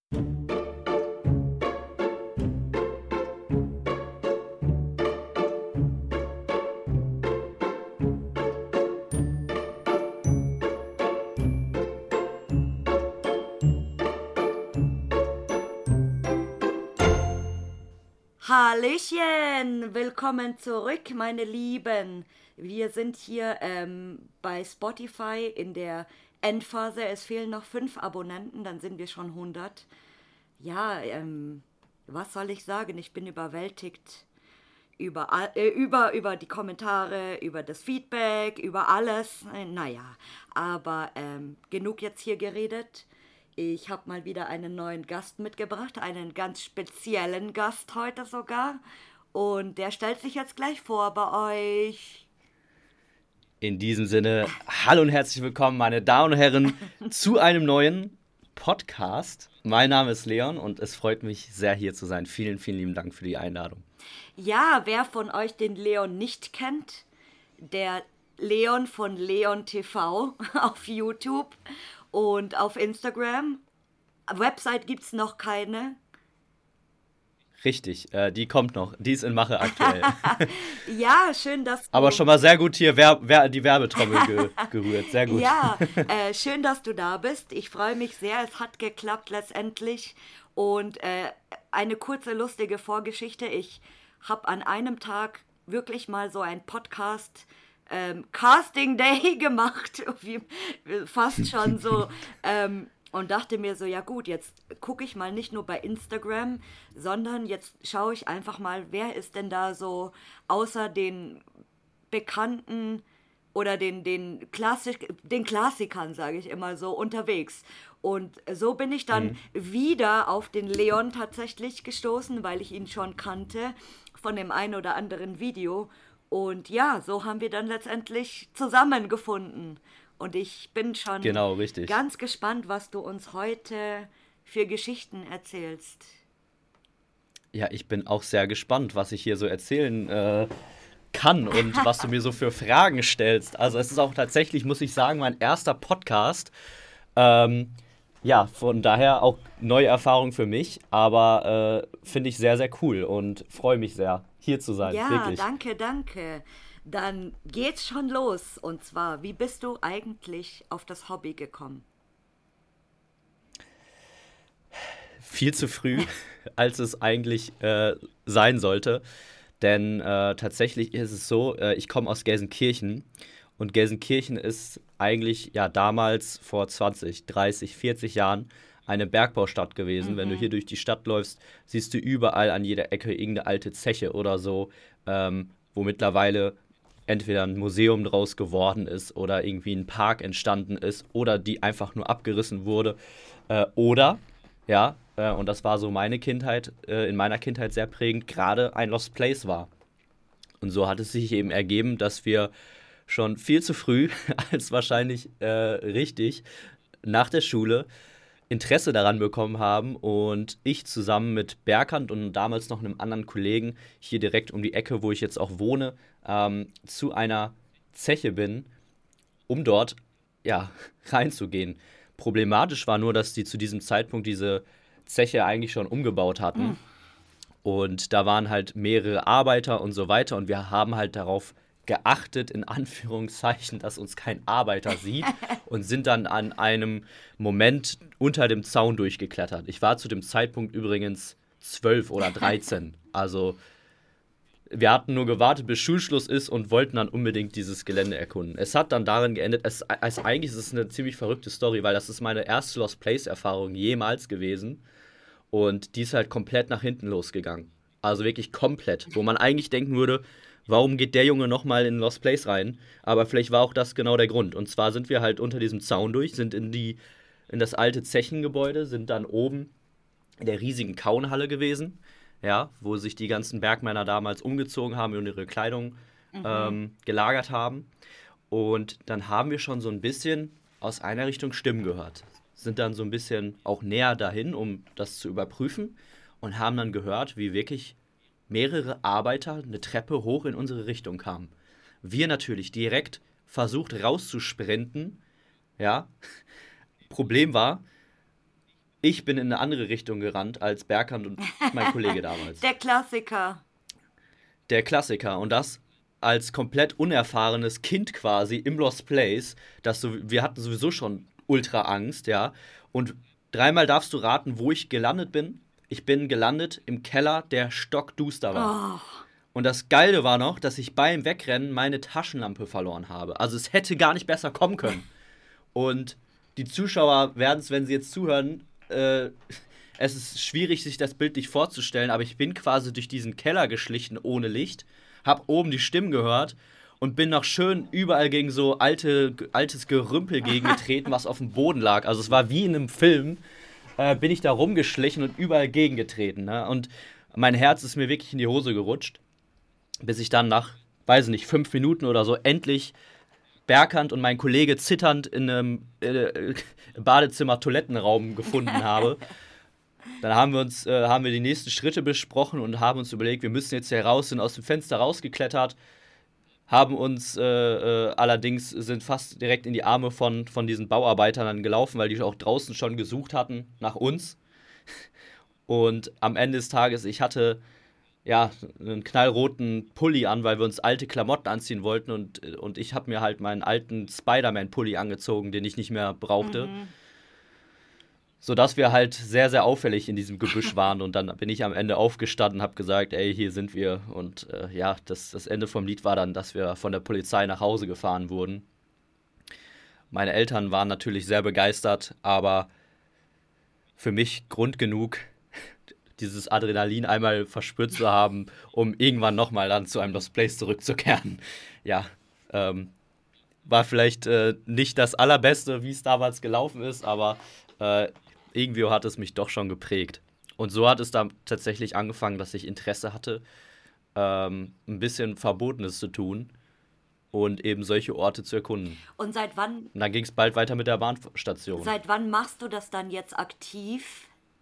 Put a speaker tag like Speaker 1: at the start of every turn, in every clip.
Speaker 1: Hallöchen, willkommen zurück, meine Lieben. Wir sind hier bei Spotify in der Endphase. Es fehlen noch 5 Abonnenten, dann sind wir schon 100. Ja, was soll ich sagen? Ich bin überwältigt über die Kommentare, über das Feedback, über alles. Naja, aber genug jetzt hier geredet. Ich habe mal wieder einen neuen Gast mitgebracht, einen ganz speziellen Gast heute sogar. Und der stellt sich jetzt gleich vor bei euch.
Speaker 2: In diesem Sinne, hallo und herzlich willkommen, meine Damen und Herren, zu einem neuen Podcast. Mein Name ist Leon und es freut mich sehr, hier zu sein. Vielen, vielen lieben Dank für die Einladung.
Speaker 1: Ja, wer von euch den Leon nicht kennt, der Leon von Leon TV auf YouTube und auf Instagram. Website gibt's noch keine.
Speaker 2: Richtig, die kommt noch. Die ist in Mache aktuell.
Speaker 1: Ja, schön, dass du...
Speaker 2: Aber schon mal sehr gut hier die Werbetrommel gerührt. Sehr gut.
Speaker 1: Ja, schön, dass du da bist. Ich freue mich sehr. Es hat geklappt letztendlich. Und eine kurze, lustige Vorgeschichte. Ich habe an einem Tag wirklich mal so ein Podcast Casting Day gemacht. Fast schon so. Und dachte mir so, ja gut, jetzt gucke ich mal nicht nur bei Instagram, sondern jetzt schaue ich einfach mal, wer ist denn da so außer den Bekannten oder den Klassikern, sage ich immer so, unterwegs. Und so bin ich dann wieder auf den Leon tatsächlich gestoßen, weil ich ihn schon kannte von dem einen oder anderen Video. Und ja, so haben wir dann letztendlich zusammengefunden. Und ich bin schon
Speaker 2: Genau, richtig.
Speaker 1: ganz gespannt, was du uns heute für Geschichten erzählst.
Speaker 2: Ja, ich bin auch sehr gespannt, was ich hier so erzählen kann und was du mir so für Fragen stellst. Also es ist auch tatsächlich, muss ich sagen, mein erster Podcast. Ja, von daher auch neue Erfahrung für mich, aber finde ich sehr, sehr cool und freue mich sehr, hier zu sein,
Speaker 1: Ja,
Speaker 2: wirklich.
Speaker 1: danke, danke. Dann geht's schon los. Und zwar, wie bist du eigentlich auf das Hobby gekommen?
Speaker 2: Viel zu früh, als es eigentlich sein sollte. Denn tatsächlich ist es so, ich komme aus Gelsenkirchen und Gelsenkirchen ist eigentlich ja damals vor 20, 30, 40 Jahren eine Bergbaustadt gewesen. Wenn du hier durch die Stadt läufst, siehst du überall an jeder Ecke irgendeine alte Zeche oder so, wo mittlerweile entweder ein Museum draus geworden ist oder irgendwie ein Park entstanden ist oder die einfach nur abgerissen wurde. Oder, ja, und das war so meine Kindheit, in meiner Kindheit sehr prägend, gerade ein Lost Place war. Und so hat es sich eben ergeben, dass wir schon viel zu früh, als wahrscheinlich richtig, nach der Schule Interesse daran bekommen haben und ich zusammen mit Berkant und damals noch einem anderen Kollegen hier direkt um die Ecke, wo ich jetzt auch wohne, zu einer Zeche bin, um dort ja reinzugehen. Problematisch war nur, dass die zu diesem Zeitpunkt diese Zeche eigentlich schon umgebaut hatten und da waren halt mehrere Arbeiter und so weiter und wir haben halt darauf geachtet, in Anführungszeichen, dass uns kein Arbeiter sieht und sind dann an einem Moment unter dem Zaun durchgeklettert. Ich war zu dem Zeitpunkt übrigens 12 oder 13. Also wir hatten nur gewartet, bis Schulschluss ist und wollten dann unbedingt dieses Gelände erkunden. Es hat dann darin geendet, eigentlich ist es eine ziemlich verrückte Story, weil das ist meine erste Lost Place-Erfahrung jemals gewesen. Und die ist halt komplett nach hinten losgegangen. Also wirklich komplett. Wo man eigentlich denken würde, warum geht der Junge nochmal in Lost Place rein? Aber vielleicht war auch das genau der Grund. Und zwar sind wir halt unter diesem Zaun durch, sind in das alte Zechengebäude, sind dann oben in der riesigen Kaunhalle gewesen, ja, wo sich die ganzen Bergmänner damals umgezogen haben und ihre Kleidung gelagert haben. Und dann haben wir schon so ein bisschen aus einer Richtung Stimmen gehört. Sind dann so ein bisschen auch näher dahin, um das zu überprüfen und haben dann gehört, wie wirklich mehrere Arbeiter eine Treppe hoch in unsere Richtung kamen. Wir natürlich direkt versucht rauszusprinten, ja. Problem war, ich bin in eine andere Richtung gerannt als Berghand und mein Kollege damals.
Speaker 1: Der Klassiker.
Speaker 2: Der Klassiker. Und das als komplett unerfahrenes Kind quasi im Lost Place. Wir hatten sowieso schon ultra Angst, ja. Und dreimal darfst du raten, wo ich gelandet bin. Ich bin gelandet im Keller, der stockduster war.
Speaker 1: Oh.
Speaker 2: Und das Geile war noch, dass ich beim Wegrennen meine Taschenlampe verloren habe. Also es hätte gar nicht besser kommen können. Und die Zuschauer werden es, wenn sie jetzt zuhören, es ist schwierig, sich das bildlich vorzustellen, aber ich bin quasi durch diesen Keller geschlichen ohne Licht, hab oben die Stimmen gehört und bin noch schön überall gegen so altes Gerümpel gegengetreten, was auf dem Boden lag. Also es war wie in einem Film, bin ich da rumgeschlichen und überall gegengetreten. Ne? Und mein Herz ist mir wirklich in die Hose gerutscht, bis ich dann nach, weiß ich nicht, 5 Minuten oder so endlich Berghand und mein Kollege zitternd in einem Badezimmer-Toilettenraum gefunden habe. Dann haben wir die nächsten Schritte besprochen und haben uns überlegt, wir müssen jetzt hier raus, sind aus dem Fenster rausgeklettert, haben uns allerdings sind fast direkt in die Arme von diesen Bauarbeitern dann gelaufen, weil die auch draußen schon gesucht hatten nach uns. Und am Ende des Tages, ich hatte ja einen knallroten Pulli an, weil wir uns alte Klamotten anziehen wollten und ich habe mir halt meinen alten Spider-Man-Pulli angezogen, den ich nicht mehr brauchte. Sodass wir halt sehr, sehr auffällig in diesem Gebüsch waren und dann bin ich am Ende aufgestanden und habe gesagt, ey, hier sind wir und ja, das Ende vom Lied war dann, dass wir von der Polizei nach Hause gefahren wurden. Meine Eltern waren natürlich sehr begeistert, aber für mich Grund genug, dieses Adrenalin einmal verspürt zu haben, um irgendwann nochmal dann zu einem Lost Place zurückzukehren. Ja, war vielleicht nicht das Allerbeste, wie es damals gelaufen ist, aber irgendwie hat es mich doch schon geprägt. Und so hat es dann tatsächlich angefangen, dass ich Interesse hatte, ein bisschen Verbotenes zu tun und eben solche Orte zu erkunden.
Speaker 1: Und seit wann?
Speaker 2: Und dann ging es bald weiter mit der Bahnstation.
Speaker 1: Seit wann machst du das dann jetzt aktiv?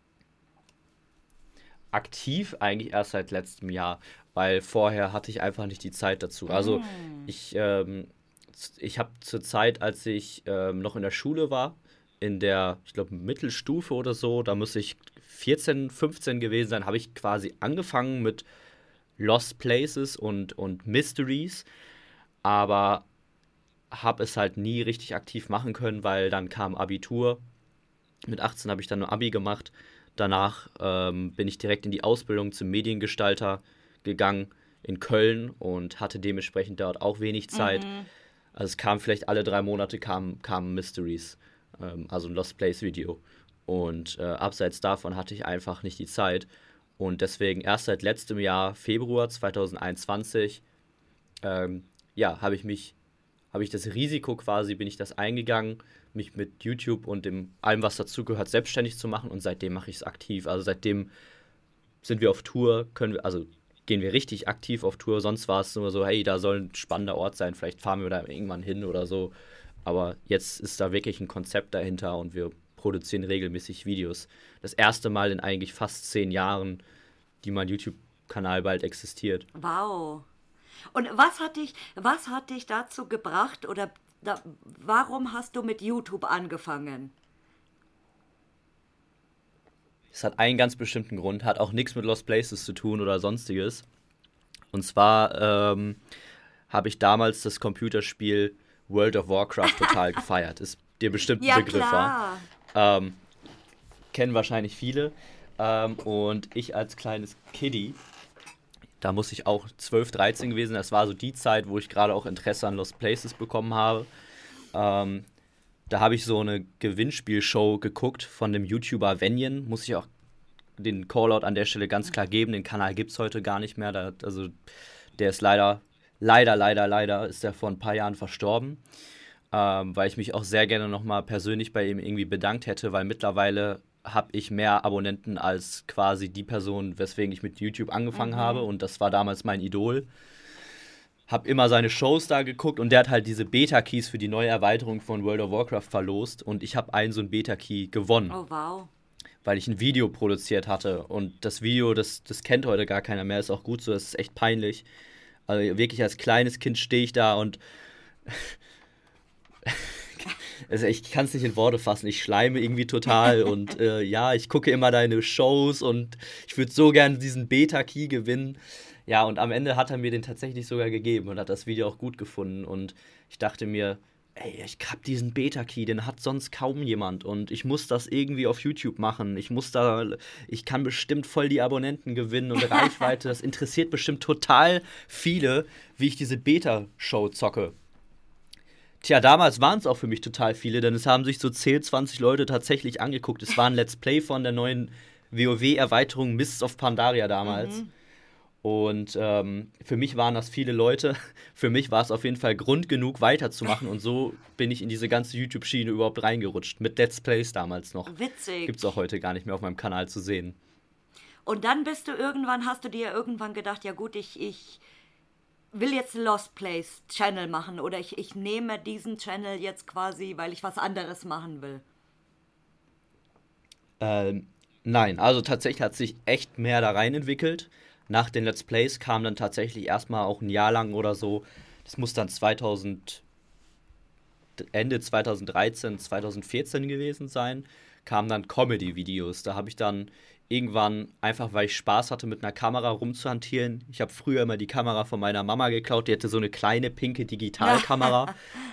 Speaker 2: Aktiv eigentlich erst seit letztem Jahr, weil vorher hatte ich einfach nicht die Zeit dazu. Also ich habe zur Zeit, als ich noch in der Schule war, in der, ich glaube, Mittelstufe oder so, da muss ich 14, 15 gewesen sein, habe ich quasi angefangen mit Lost Places und Mysteries, aber habe es halt nie richtig aktiv machen können, weil dann kam Abitur. Mit 18 habe ich dann ein Abi gemacht. Danach bin ich direkt in die Ausbildung zum Mediengestalter gegangen in Köln und hatte dementsprechend dort auch wenig Zeit. Also es kam vielleicht alle 3 Monate kamen Mysteries, also ein Lost Place Video. Und abseits davon hatte ich einfach nicht die Zeit. Und deswegen erst seit letztem Jahr, Februar 2021, ja, habe ich das Risiko quasi, bin ich das eingegangen, mich mit YouTube und allem, was dazugehört, selbstständig zu machen und seitdem mache ich es aktiv. Also seitdem sind wir auf Tour, gehen wir richtig aktiv auf Tour, sonst war es nur so, hey, da soll ein spannender Ort sein, vielleicht fahren wir da irgendwann hin oder so. Aber jetzt ist da wirklich ein Konzept dahinter und wir produzieren regelmäßig Videos. Das erste Mal in eigentlich fast 10 Jahren, die mein YouTube-Kanal bald existiert.
Speaker 1: Wow. Und was hat dich dazu gebracht oder warum hast du mit YouTube angefangen?
Speaker 2: Es hat einen ganz bestimmten Grund, hat auch nichts mit Lost Places zu tun oder sonstiges. Und zwar habe ich damals das Computerspiel World of Warcraft total gefeiert. Ist dir bestimmt ein
Speaker 1: Ja,
Speaker 2: Begriff,
Speaker 1: klar.
Speaker 2: war. Kennen wahrscheinlich viele. Und ich als kleines Kiddie, da muss ich auch 12, 13 gewesen. Das war so die Zeit, wo ich gerade auch Interesse an Lost Places bekommen habe. Da habe ich so eine Gewinnspielshow geguckt von dem YouTuber Venjen. Muss ich auch den Callout an der Stelle ganz klar geben. Den Kanal gibt es heute gar nicht mehr. Der ist leider ist der vor ein paar Jahren verstorben. Weil ich mich auch sehr gerne nochmal persönlich bei ihm irgendwie bedankt hätte, weil mittlerweile habe ich mehr Abonnenten als quasi die Person, weswegen ich mit YouTube angefangen habe. Und das war damals mein Idol. Hab immer seine Shows da geguckt und der hat halt diese Beta-Keys für die neue Erweiterung von World of Warcraft verlost. Und ich habe so einen Beta-Key gewonnen.
Speaker 1: Oh, wow.
Speaker 2: Weil ich ein Video produziert hatte. Und das Video, das kennt heute gar keiner mehr. Ist auch gut so, das ist echt peinlich. Also wirklich als kleines Kind stehe ich da und Also ich kann es nicht in Worte fassen. Ich schleime irgendwie total und ja, ich gucke immer deine Shows und ich würde so gerne diesen Beta-Key gewinnen. Ja, und am Ende hat er mir den tatsächlich sogar gegeben und hat das Video auch gut gefunden. Und ich dachte mir, ey, ich hab diesen Beta-Key, den hat sonst kaum jemand. Und ich muss das irgendwie auf YouTube machen. Ich kann bestimmt voll die Abonnenten gewinnen und Reichweite. Das interessiert bestimmt total viele, wie ich diese Beta-Show zocke. Tja, damals waren es auch für mich total viele, denn es haben sich so 10, 20 Leute tatsächlich angeguckt. Es war ein Let's Play von der neuen WoW-Erweiterung Mists of Pandaria damals.
Speaker 1: Mhm.
Speaker 2: Und für mich waren das viele Leute. Für mich war es auf jeden Fall Grund genug, weiterzumachen. Und so bin ich in diese ganze YouTube-Schiene überhaupt reingerutscht. Mit Let's Plays damals noch.
Speaker 1: Witzig.
Speaker 2: Gibt's auch heute gar nicht mehr auf meinem Kanal zu sehen.
Speaker 1: Und dann hast du dir irgendwann gedacht, ja gut, ich will jetzt Lost Place Channel machen oder ich nehme diesen Channel jetzt quasi, weil ich was anderes machen will.
Speaker 2: Nein, also tatsächlich hat sich echt mehr da rein entwickelt. Nach den Let's Plays kam dann tatsächlich erstmal auch ein Jahr lang oder so. Das muss dann Ende 2013, 2014 gewesen sein, kamen dann Comedy-Videos. Da habe ich dann irgendwann, einfach weil ich Spaß hatte, mit einer Kamera rumzuhantieren. Ich habe früher immer die Kamera von meiner Mama geklaut. Die hatte so eine kleine pinke Digitalkamera.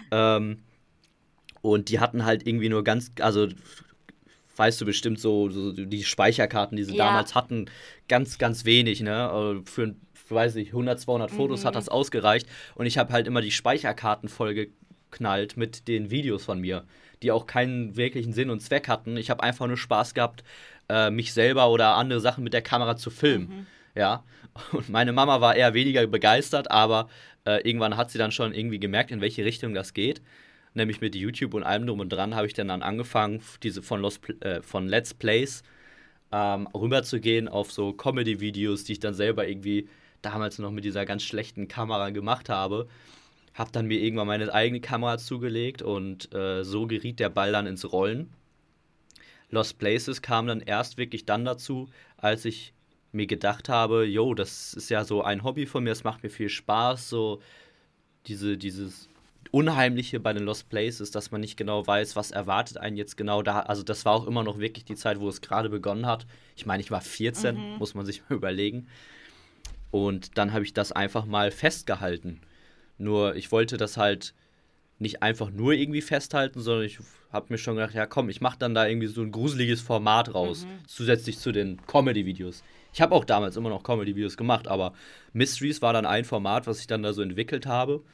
Speaker 2: Und die hatten halt irgendwie nur also weißt du bestimmt so die Speicherkarten, die sie
Speaker 1: Ja.
Speaker 2: damals hatten, ganz, ganz wenig, ne? Für weiß ich, 100, 200 Fotos hat das ausgereicht. Und ich habe halt immer die Speicherkarten vollgeknallt mit den Videos von mir, die auch keinen wirklichen Sinn und Zweck hatten. Ich habe einfach nur Spaß gehabt, mich selber oder andere Sachen mit der Kamera zu filmen. Ja. Und meine Mama war eher weniger begeistert, aber irgendwann hat sie dann schon irgendwie gemerkt, in welche Richtung das geht. Nämlich mit YouTube und allem drum und dran habe ich dann angefangen, diese von Let's Plays rüberzugehen auf so Comedy-Videos, die ich dann selber irgendwie damals noch mit dieser ganz schlechten Kamera gemacht habe. Hab dann mir irgendwann meine eigene Kamera zugelegt und so geriet der Ball dann ins Rollen. Lost Places kam dann erst wirklich dann dazu, als ich mir gedacht habe, yo, das ist ja so ein Hobby von mir, es macht mir viel Spaß, so dieses Unheimliche bei den Lost Places, dass man nicht genau weiß, was erwartet einen jetzt genau da. Also das war auch immer noch wirklich die Zeit, wo es gerade begonnen hat. Ich meine, ich war 14, muss man sich mal überlegen. Und dann habe ich das einfach mal festgehalten. Nur ich wollte das halt nicht einfach nur irgendwie festhalten, sondern ich habe mir schon gedacht, ja komm, ich mache dann da irgendwie so ein gruseliges Format raus, zusätzlich zu den Comedy-Videos. Ich habe auch damals immer noch Comedy-Videos gemacht, aber Mysteries war dann ein Format, was ich dann da so entwickelt habe.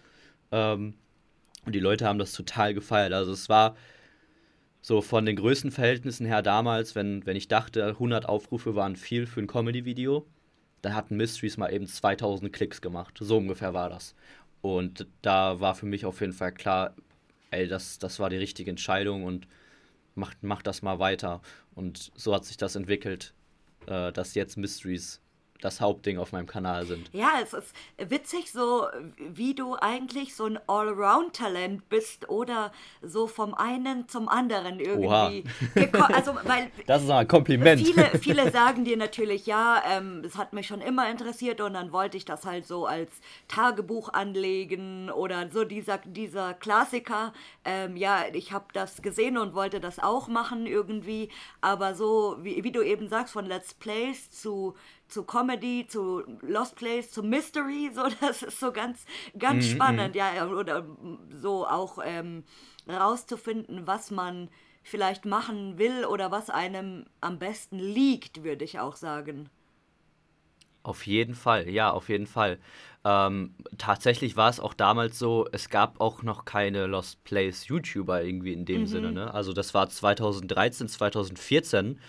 Speaker 2: Und die Leute haben das total gefeiert. Also es war so von den Größenverhältnissen her damals, wenn ich dachte, 100 Aufrufe waren viel für ein Comedy-Video, dann hatten Mysteries mal eben 2000 Klicks gemacht. So ungefähr war das. Und da war für mich auf jeden Fall klar, ey, das war die richtige Entscheidung und mach das mal weiter. Und so hat sich das entwickelt, dass jetzt Mysteries das Hauptding auf meinem Kanal sind.
Speaker 1: Ja, es ist witzig, so wie du eigentlich so ein Allround-Talent bist oder so vom einen zum anderen
Speaker 2: Oha.
Speaker 1: irgendwie. Also, weil
Speaker 2: Das ist ein Kompliment.
Speaker 1: viele sagen dir natürlich, ja, es hat mich schon immer interessiert und dann wollte ich das halt so als Tagebuch anlegen oder so dieser Klassiker. Ja, ich habe das gesehen und wollte das auch machen irgendwie, aber so, wie du eben sagst, von Let's Plays zu Comedy, zu Lost Place, zu Mystery, so, das ist so ganz spannend, ja, oder so auch rauszufinden, was man vielleicht machen will oder was einem am besten liegt, würde ich auch sagen.
Speaker 2: Auf jeden Fall, ja, auf jeden Fall. Tatsächlich war es auch damals so, es gab auch noch keine Lost Place YouTuber irgendwie in dem Sinne, ne? Also das war 2013, 2014.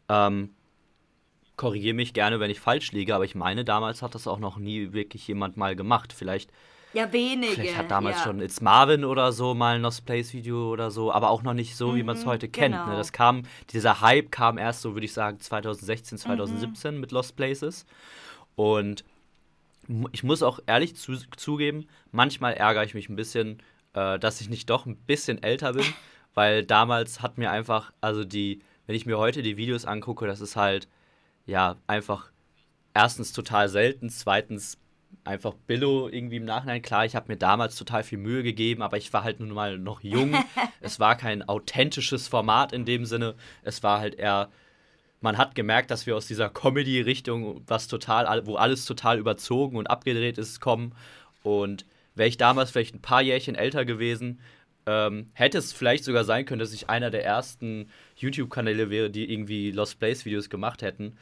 Speaker 2: Korrigiere mich gerne, wenn ich falsch liege, aber ich meine, damals hat das auch noch nie wirklich jemand mal gemacht.
Speaker 1: Ja, wenige,
Speaker 2: Vielleicht hat damals
Speaker 1: ja.
Speaker 2: schon It's Marvin oder so mal ein Lost Place Video oder so, aber auch noch nicht so, wie man es heute kennt. Ne?
Speaker 1: Genau.
Speaker 2: Dieser Hype kam erst so, würde ich sagen, 2016, 2017 mit Lost Places. Und ich muss auch ehrlich zugeben, manchmal ärgere ich mich ein bisschen, dass ich nicht doch ein bisschen älter bin, weil damals hat mir einfach, wenn ich mir heute die Videos angucke, das ist halt, ja, einfach erstens total selten, zweitens einfach Billo irgendwie im Nachhinein. Klar, ich habe mir damals total viel Mühe gegeben, aber ich war halt nun mal noch jung. Es war kein authentisches Format in dem Sinne. Es war halt eher, man hat gemerkt, dass wir aus dieser Comedy-Richtung, wo alles total überzogen und abgedreht ist, kommen. Und wäre ich damals vielleicht ein paar Jährchen älter gewesen, hätte es vielleicht sogar sein können, dass ich einer der ersten YouTube-Kanäle wäre, die irgendwie Lost Place-Videos gemacht hätten.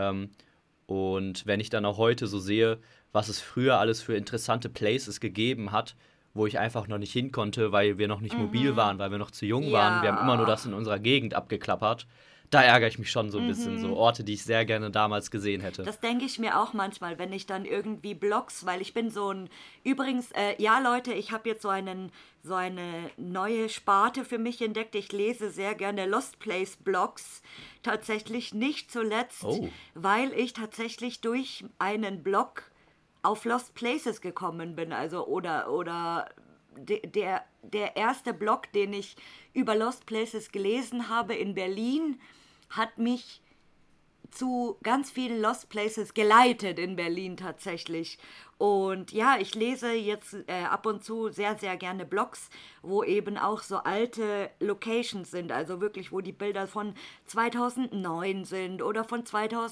Speaker 2: Und wenn ich dann auch heute so sehe, was es früher alles für interessante Places gegeben hat, wo ich einfach noch nicht hin konnte, weil wir noch nicht mobil waren, weil wir noch zu jung waren. Wir haben immer nur
Speaker 1: Ja.
Speaker 2: das in unserer Gegend abgeklappert. Da ärgere ich mich schon so ein bisschen. So Orte, die ich sehr gerne damals gesehen hätte.
Speaker 1: Das denke ich mir auch manchmal, wenn ich dann irgendwie Blogs, weil ich bin so ein, übrigens, ja Leute, ich habe jetzt so eine neue Sparte für mich entdeckt. Ich lese sehr gerne Lost Place Blogs, tatsächlich nicht zuletzt,
Speaker 2: Oh.
Speaker 1: weil ich tatsächlich durch einen Blog auf Lost Places gekommen bin, also oder der erste Blog, den ich über Lost Places gelesen habe in Berlin, hat mich zu ganz vielen Lost Places geleitet in Berlin tatsächlich. Und ja, ich lese jetzt ab und zu sehr, sehr gerne Blogs, wo eben auch so alte Locations sind, also wirklich, wo die Bilder von 2009 sind oder von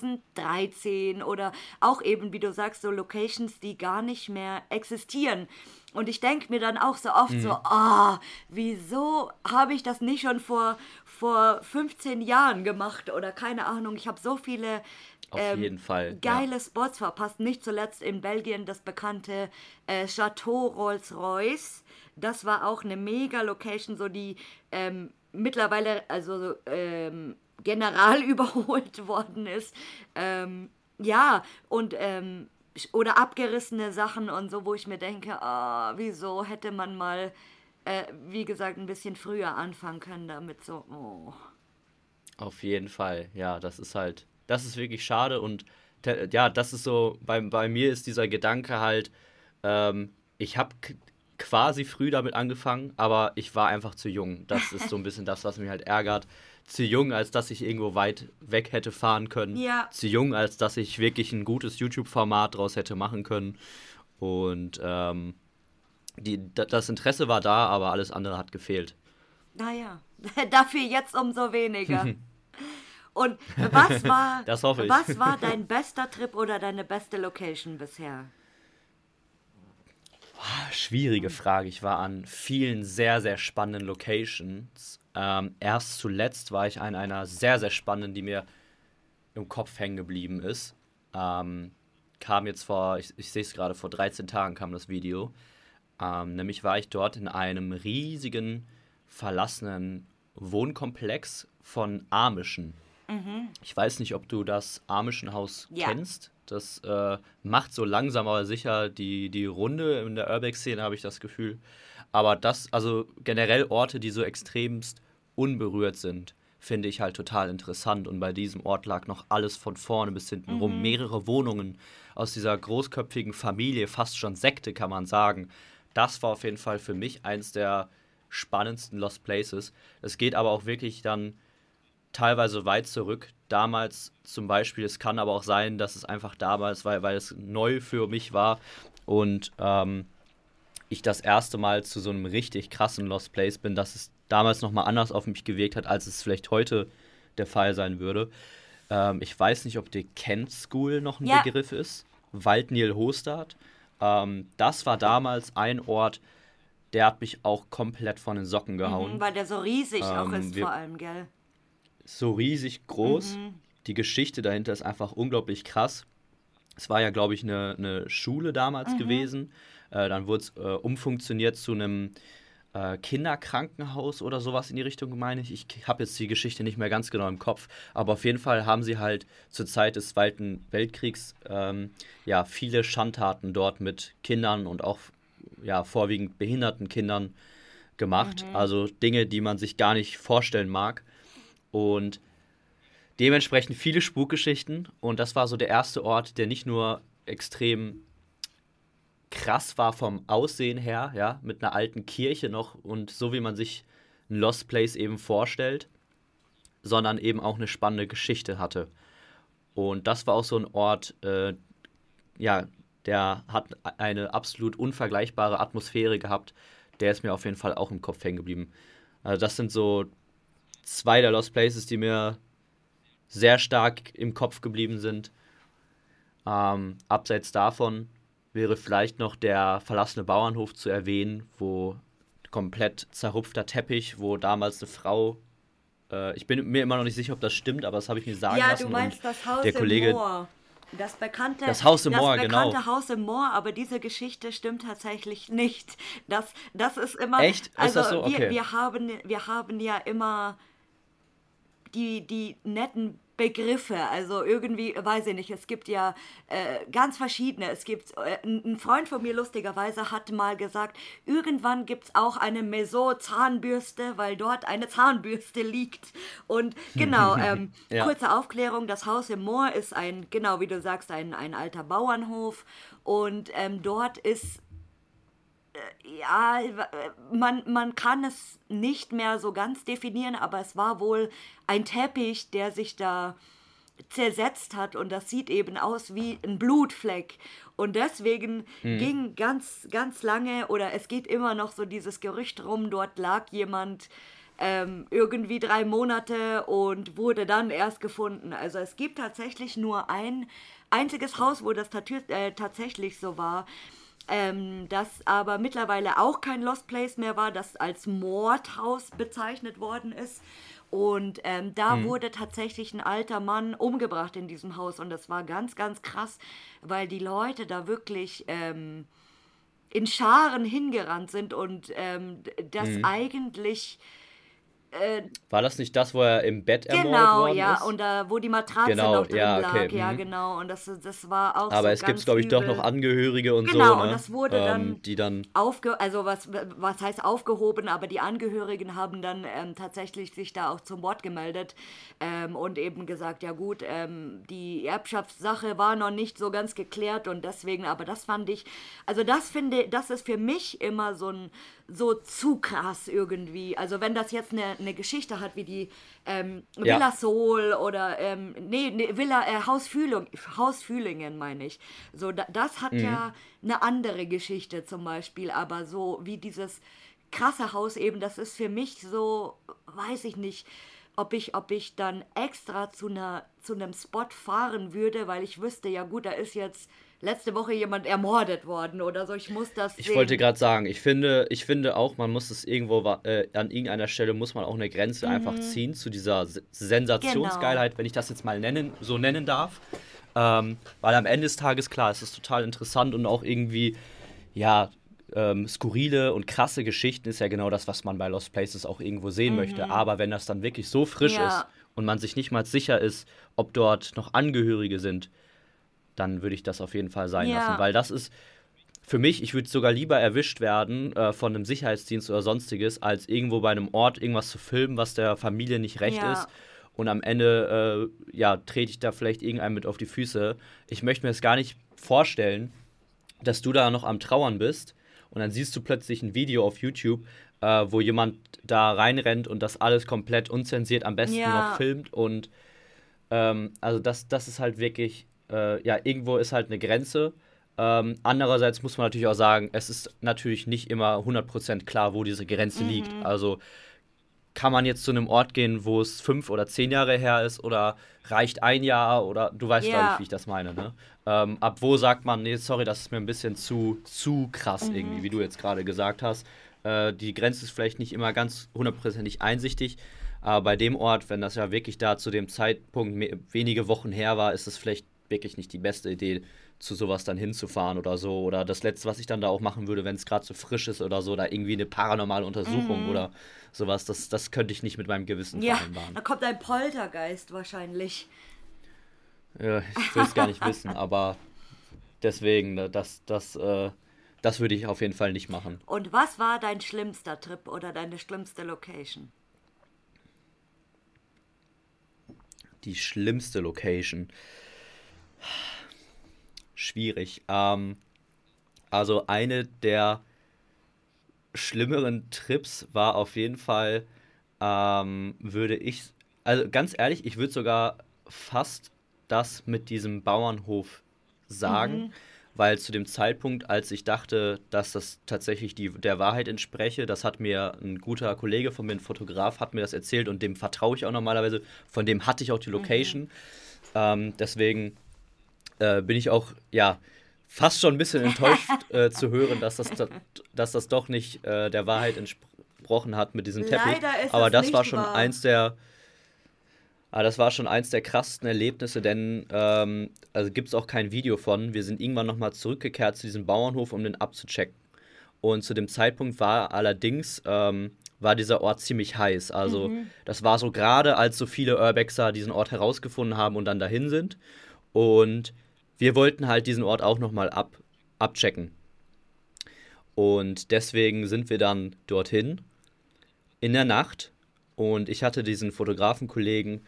Speaker 1: 2013 oder auch eben, wie du sagst, so Locations, die gar nicht mehr existieren. Und ich denke mir dann auch so oft so, wieso habe ich das nicht schon vor 15 Jahren gemacht oder keine Ahnung. Ich habe so viele
Speaker 2: Auf jeden Fall, ja.
Speaker 1: geile Spots verpasst. Nicht zuletzt in Belgien das bekannte Chateau Rolls-Royce. Das war auch eine mega Location, so die mittlerweile also general überholt worden ist. Ja, und oder abgerissene Sachen und so, wo ich mir denke, wieso hätte man mal, wie gesagt, ein bisschen früher anfangen können damit so, oh.
Speaker 2: Auf jeden Fall, ja, das ist wirklich schade und ja, das ist so, bei mir ist dieser Gedanke halt, ich habe quasi früh damit angefangen, aber ich war einfach zu jung. Das ist so ein bisschen das, was mich halt ärgert. Zu jung, als dass ich irgendwo weit weg hätte fahren können.
Speaker 1: Ja,
Speaker 2: Zu jung, als dass ich wirklich ein gutes YouTube-Format draus hätte machen können. Und das Interesse war da, aber alles andere hat gefehlt.
Speaker 1: naja, dafür jetzt umso weniger. Und
Speaker 2: Das hoffe ich.
Speaker 1: was war dein bester Trip oder deine beste Location bisher?
Speaker 2: Schwierige Frage. Ich war an vielen sehr, sehr spannenden Locations. Erst zuletzt war ich an einer sehr, sehr spannenden, die mir im Kopf hängen geblieben ist. Kam jetzt ich sehe es gerade, vor 13 Tagen kam das Video. Nämlich war ich dort in einem riesigen, verlassenen Wohnkomplex von Amischen. Ich weiß nicht, ob du das Amischenhaus
Speaker 1: Ja.
Speaker 2: kennst. Das macht so langsam aber sicher die Runde in der Urbex-Szene, habe ich das Gefühl. Aber also generell Orte, die so extremst unberührt sind, finde ich halt total interessant. Und bei diesem Ort lag noch alles von vorne bis hinten rum. Mehrere Wohnungen aus dieser großköpfigen Familie, fast schon Sekte, kann man sagen. Das war auf jeden Fall für mich eins der spannendsten Lost Places. Es geht aber auch wirklich dann teilweise weit zurück. Damals zum Beispiel, es kann aber auch sein, dass es einfach damals, weil es neu für mich war und ich das erste Mal zu so einem richtig krassen Lost Place bin, dass es damals nochmal anders auf mich gewirkt hat, als es vielleicht heute der Fall sein würde. Ich weiß nicht, ob dir Kent School noch ein
Speaker 1: Ja.
Speaker 2: Begriff ist. Waldnil Hostad. Das war damals ein Ort, der hat mich auch komplett von den Socken gehauen.
Speaker 1: Weil der so riesig auch ist
Speaker 2: wir-
Speaker 1: vor allem, gell?
Speaker 2: So riesig groß. Die Geschichte dahinter ist einfach unglaublich krass. Es war ja, glaube ich, eine Schule damals gewesen. Dann wurde es umfunktioniert zu einem Kinderkrankenhaus oder sowas in die Richtung, meine ich. Ich habe jetzt die Geschichte nicht mehr ganz genau im Kopf. Aber auf jeden Fall haben sie halt zur Zeit des Zweiten Weltkriegs ja, viele Schandtaten dort mit Kindern und auch ja, vorwiegend behinderten Kindern gemacht. Also Dinge, die man sich gar nicht vorstellen mag. Und dementsprechend viele Spukgeschichten. Und das war so der erste Ort, der nicht nur extrem krass war vom Aussehen her, ja, mit einer alten Kirche noch und so wie man sich ein Lost Place eben vorstellt, sondern eben auch eine spannende Geschichte hatte. Und das war auch so ein Ort, ja, der hat eine absolut unvergleichbare Atmosphäre gehabt. Der ist mir auf jeden Fall auch im Kopf hängen geblieben. Also das sind so zwei der Lost Places, die mir sehr stark im Kopf geblieben sind. Abseits davon wäre vielleicht noch der verlassene Bauernhof zu erwähnen, wo komplett zerrupfter Teppich, wo damals eine Frau, ich bin mir immer noch nicht sicher, ob das stimmt, aber das habe ich mir sagen
Speaker 1: Ja, du
Speaker 2: lassen, und
Speaker 1: meinst das Haus
Speaker 2: der
Speaker 1: im
Speaker 2: Kollege,
Speaker 1: Moor.
Speaker 2: das Haus im
Speaker 1: Das
Speaker 2: Moor, genau.
Speaker 1: bekannte Haus im Moor, aber diese Geschichte stimmt tatsächlich nicht. Das ist immer,
Speaker 2: Echt? Ist
Speaker 1: also
Speaker 2: das so? Okay.
Speaker 1: wir haben ja immer die netten Begriffe, also irgendwie, weiß ich nicht, es gibt ja ganz verschiedene. Es gibt, ein Freund von mir lustigerweise hat mal gesagt, irgendwann gibt es auch eine Maison-Zahnbürste, weil dort eine Zahnbürste liegt. Und genau,
Speaker 2: Ja.
Speaker 1: kurze Aufklärung, das Haus im Moor ist genau wie du sagst, ein alter Bauernhof und dort ist ja, man kann es nicht mehr so ganz definieren, aber es war wohl ein Teppich, der sich da zersetzt hat und das sieht eben aus wie ein Blutfleck. Und deswegen
Speaker 2: Mhm.
Speaker 1: ging ganz lange oder es geht immer noch so dieses Gerücht rum, dort lag jemand irgendwie 3 Monate und wurde dann erst gefunden. Also es gibt tatsächlich nur ein einziges Haus, wo das tatsächlich so war, das aber mittlerweile auch kein Lost Place mehr war, das als Mordhaus bezeichnet worden ist. Und da
Speaker 2: Mhm.
Speaker 1: wurde tatsächlich ein alter Mann umgebracht in diesem Haus. Und das war ganz krass, weil die Leute da wirklich in Scharen hingerannt sind und das
Speaker 2: Mhm.
Speaker 1: eigentlich
Speaker 2: War das nicht das, wo er im Bett ermordet
Speaker 1: genau,
Speaker 2: worden
Speaker 1: ja,
Speaker 2: ist?
Speaker 1: und da, wo die Matratze
Speaker 2: Genau,
Speaker 1: noch drin
Speaker 2: ja, okay.
Speaker 1: lag, ja,
Speaker 2: Mhm.
Speaker 1: genau. Und das war auch
Speaker 2: Aber
Speaker 1: so
Speaker 2: es gibt,
Speaker 1: ganz
Speaker 2: glaube ich, doch noch
Speaker 1: übel.
Speaker 2: Angehörige und so,
Speaker 1: Genau, und
Speaker 2: ne?
Speaker 1: das wurde dann
Speaker 2: Die dann.
Speaker 1: also was heißt aufgehoben, aber die Angehörigen haben dann tatsächlich sich da auch zum Wort gemeldet und eben gesagt, ja gut, die Erbschaftssache war noch nicht so ganz geklärt und deswegen, aber das fand ich, also das ist für mich immer so zu krass irgendwie. Also wenn das jetzt eine Geschichte hat wie die
Speaker 2: Ja.
Speaker 1: Villa Sol oder nee, Villa Haus Fühlingen meine ich. So das hat
Speaker 2: Mhm.
Speaker 1: ja eine andere Geschichte zum Beispiel, aber so wie dieses krasse Haus eben, das ist für mich so, weiß ich nicht, ob ich dann extra zu einem Spot fahren würde, weil ich wüsste, ja gut, da ist jetzt letzte Woche jemand ermordet worden oder so, ich muss das
Speaker 2: Ich wollte
Speaker 1: sehen.
Speaker 2: gerade sagen, ich finde auch, man muss es irgendwo, an irgendeiner Stelle muss man auch eine Grenze einfach ziehen zu dieser
Speaker 1: Genau.
Speaker 2: Sensationsgeilheit, wenn ich das jetzt mal so nennen darf. Weil am Ende des Tages, klar, es ist total interessant und auch irgendwie, ja, skurrile und krasse Geschichten ist ja genau das, was man bei Lost Places auch irgendwo sehen möchte. Aber wenn das dann wirklich so frisch ist
Speaker 1: Ja,
Speaker 2: und man sich nicht mal sicher ist, ob dort noch Angehörige sind, dann würde ich das auf jeden Fall sein lassen.
Speaker 1: ja,
Speaker 2: Weil das ist für mich, ich würde sogar lieber erwischt werden von einem Sicherheitsdienst oder sonstiges, als irgendwo bei einem Ort irgendwas zu filmen, was der Familie nicht recht ist.
Speaker 1: ja,
Speaker 2: Und am Ende, ja, trete ich da vielleicht irgendeinem mit auf die Füße. Ich möchte mir das gar nicht vorstellen, dass du da noch am Trauern bist und dann siehst du plötzlich ein Video auf YouTube, wo jemand da reinrennt und das alles komplett unzensiert am besten noch
Speaker 1: ja,
Speaker 2: filmt. Und also das ist halt wirklich, ja, irgendwo ist halt eine Grenze. Andererseits muss man natürlich auch sagen, es ist natürlich nicht immer 100% klar, wo diese Grenze liegt. Also kann man jetzt zu einem Ort gehen, wo es 5 oder 10 Jahre her ist oder reicht ein Jahr oder du weißt, glaube ich, wie
Speaker 1: ja.
Speaker 2: ich das meine, ne? Ab wo sagt man, nee, sorry, das ist mir ein bisschen zu krass irgendwie, wie du jetzt gerade gesagt hast. Die Grenze ist vielleicht nicht immer ganz hundertprozentig einsichtig, aber bei dem Ort, wenn das ja wirklich da zu dem Zeitpunkt wenige Wochen her war, ist es vielleicht wirklich nicht die beste Idee, zu sowas dann hinzufahren oder so. Oder das Letzte, was ich dann da auch machen würde, wenn es gerade so frisch ist oder so, da irgendwie eine paranormale Untersuchung oder sowas, das könnte ich nicht mit meinem Gewissen
Speaker 1: Ja,
Speaker 2: vereinbaren.
Speaker 1: da kommt ein Poltergeist wahrscheinlich.
Speaker 2: Ich will es gar nicht wissen, aber deswegen, ne, das würde ich auf jeden Fall nicht machen.
Speaker 1: Und was war dein schlimmster Trip oder deine schlimmste Location?
Speaker 2: Die schlimmste Location. Schwierig. Also eine der schlimmeren Trips war auf jeden Fall, würde ich, also ganz ehrlich, ich würde sogar fast das mit diesem Bauernhof sagen, weil zu dem Zeitpunkt, als ich dachte, dass das tatsächlich der Wahrheit entspreche, das hat mir ein guter Kollege von mir, ein Fotograf, hat mir das erzählt und dem vertraue ich auch normalerweise, von dem hatte ich auch die Location. Deswegen bin ich auch, ja, fast schon ein bisschen enttäuscht zu hören, dass das doch nicht der Wahrheit entsprochen hat mit diesem Teppich.
Speaker 1: Leider ist
Speaker 2: Aber
Speaker 1: es
Speaker 2: das war
Speaker 1: nicht
Speaker 2: schon
Speaker 1: wahr.
Speaker 2: das war schon eins der krassesten Erlebnisse, denn also gibt es auch kein Video von. Wir sind irgendwann nochmal zurückgekehrt zu diesem Bauernhof, um den abzuchecken. Und zu dem Zeitpunkt war dieser Ort ziemlich heiß. Also das war so gerade, als so viele Urbexer diesen Ort herausgefunden haben und dann dahin sind. Und wir wollten halt diesen Ort auch nochmal abchecken. Und deswegen sind wir dann dorthin in der Nacht. Und ich hatte diesen Fotografenkollegen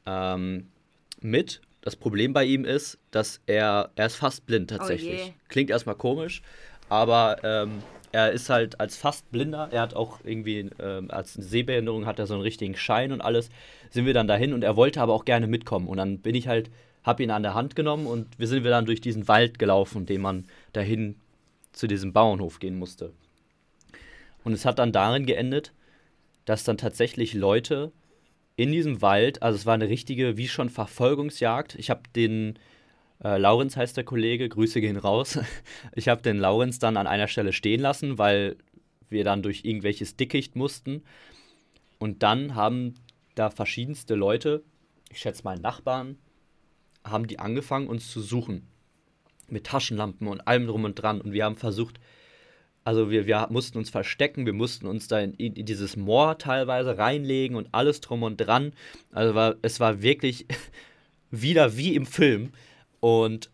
Speaker 2: mit. Das Problem bei ihm ist, dass er ist fast blind
Speaker 1: Oh
Speaker 2: tatsächlich.
Speaker 1: je.
Speaker 2: Klingt erstmal komisch, aber er ist halt als fast Blinder, er hat auch irgendwie als Sehbehinderung hat er so einen richtigen Schein und alles, sind wir dann dahin und er wollte aber auch gerne mitkommen. Und dann hab ihn an der Hand genommen und wir dann durch diesen Wald gelaufen, den man dahin zu diesem Bauernhof gehen musste. Und es hat dann darin geendet, dass dann tatsächlich Leute in diesem Wald, also es war eine richtige, wie schon Verfolgungsjagd. Ich habe den, Laurenz heißt der Kollege, Grüße gehen raus. Ich habe den Laurenz dann an einer Stelle stehen lassen, weil wir dann durch irgendwelches Dickicht mussten. Und dann haben da verschiedenste Leute, ich schätze mal Nachbarn, haben die angefangen, uns zu suchen. Mit Taschenlampen und allem drum und dran. Und wir haben versucht, also wir mussten uns verstecken, wir mussten uns da in dieses Moor teilweise reinlegen und alles drum und dran. Also es war wirklich wieder wie im Film. Und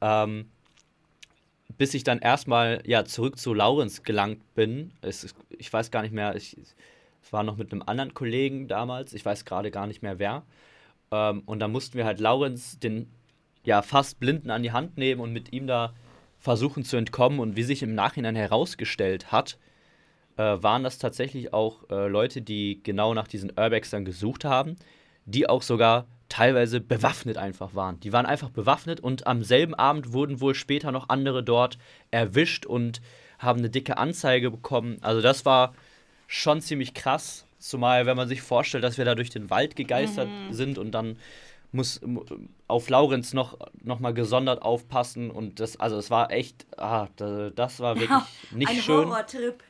Speaker 2: bis ich dann erstmal ja, zurück zu Laurenz gelangt bin, ich weiß gar nicht mehr, es war noch mit einem anderen Kollegen damals, ich weiß gerade gar nicht mehr wer. Und da mussten wir halt Laurenz, den ja fast Blinden, an die Hand nehmen und mit ihm da versuchen zu entkommen. Und wie sich im Nachhinein herausgestellt hat, waren das tatsächlich auch Leute, die genau nach diesen Urbexern gesucht haben, die auch sogar teilweise bewaffnet einfach waren. Die waren einfach bewaffnet und am selben Abend wurden wohl später noch andere dort erwischt und haben eine dicke Anzeige bekommen. Also das war schon ziemlich krass, zumal wenn man sich vorstellt, dass wir da durch den Wald gegeistert sind und dann muss auf Laurenz noch mal gesondert aufpassen und es war echt, das war wirklich nicht
Speaker 1: Ein
Speaker 2: schön.
Speaker 1: Horrortrip.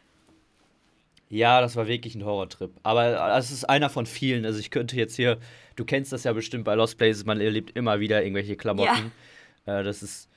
Speaker 2: Ja, das war wirklich ein Horrortrip. Aber es ist einer von vielen. Also ich könnte jetzt hier, du kennst das ja bestimmt bei Lost Places, man erlebt immer wieder irgendwelche Klamotten. Das ist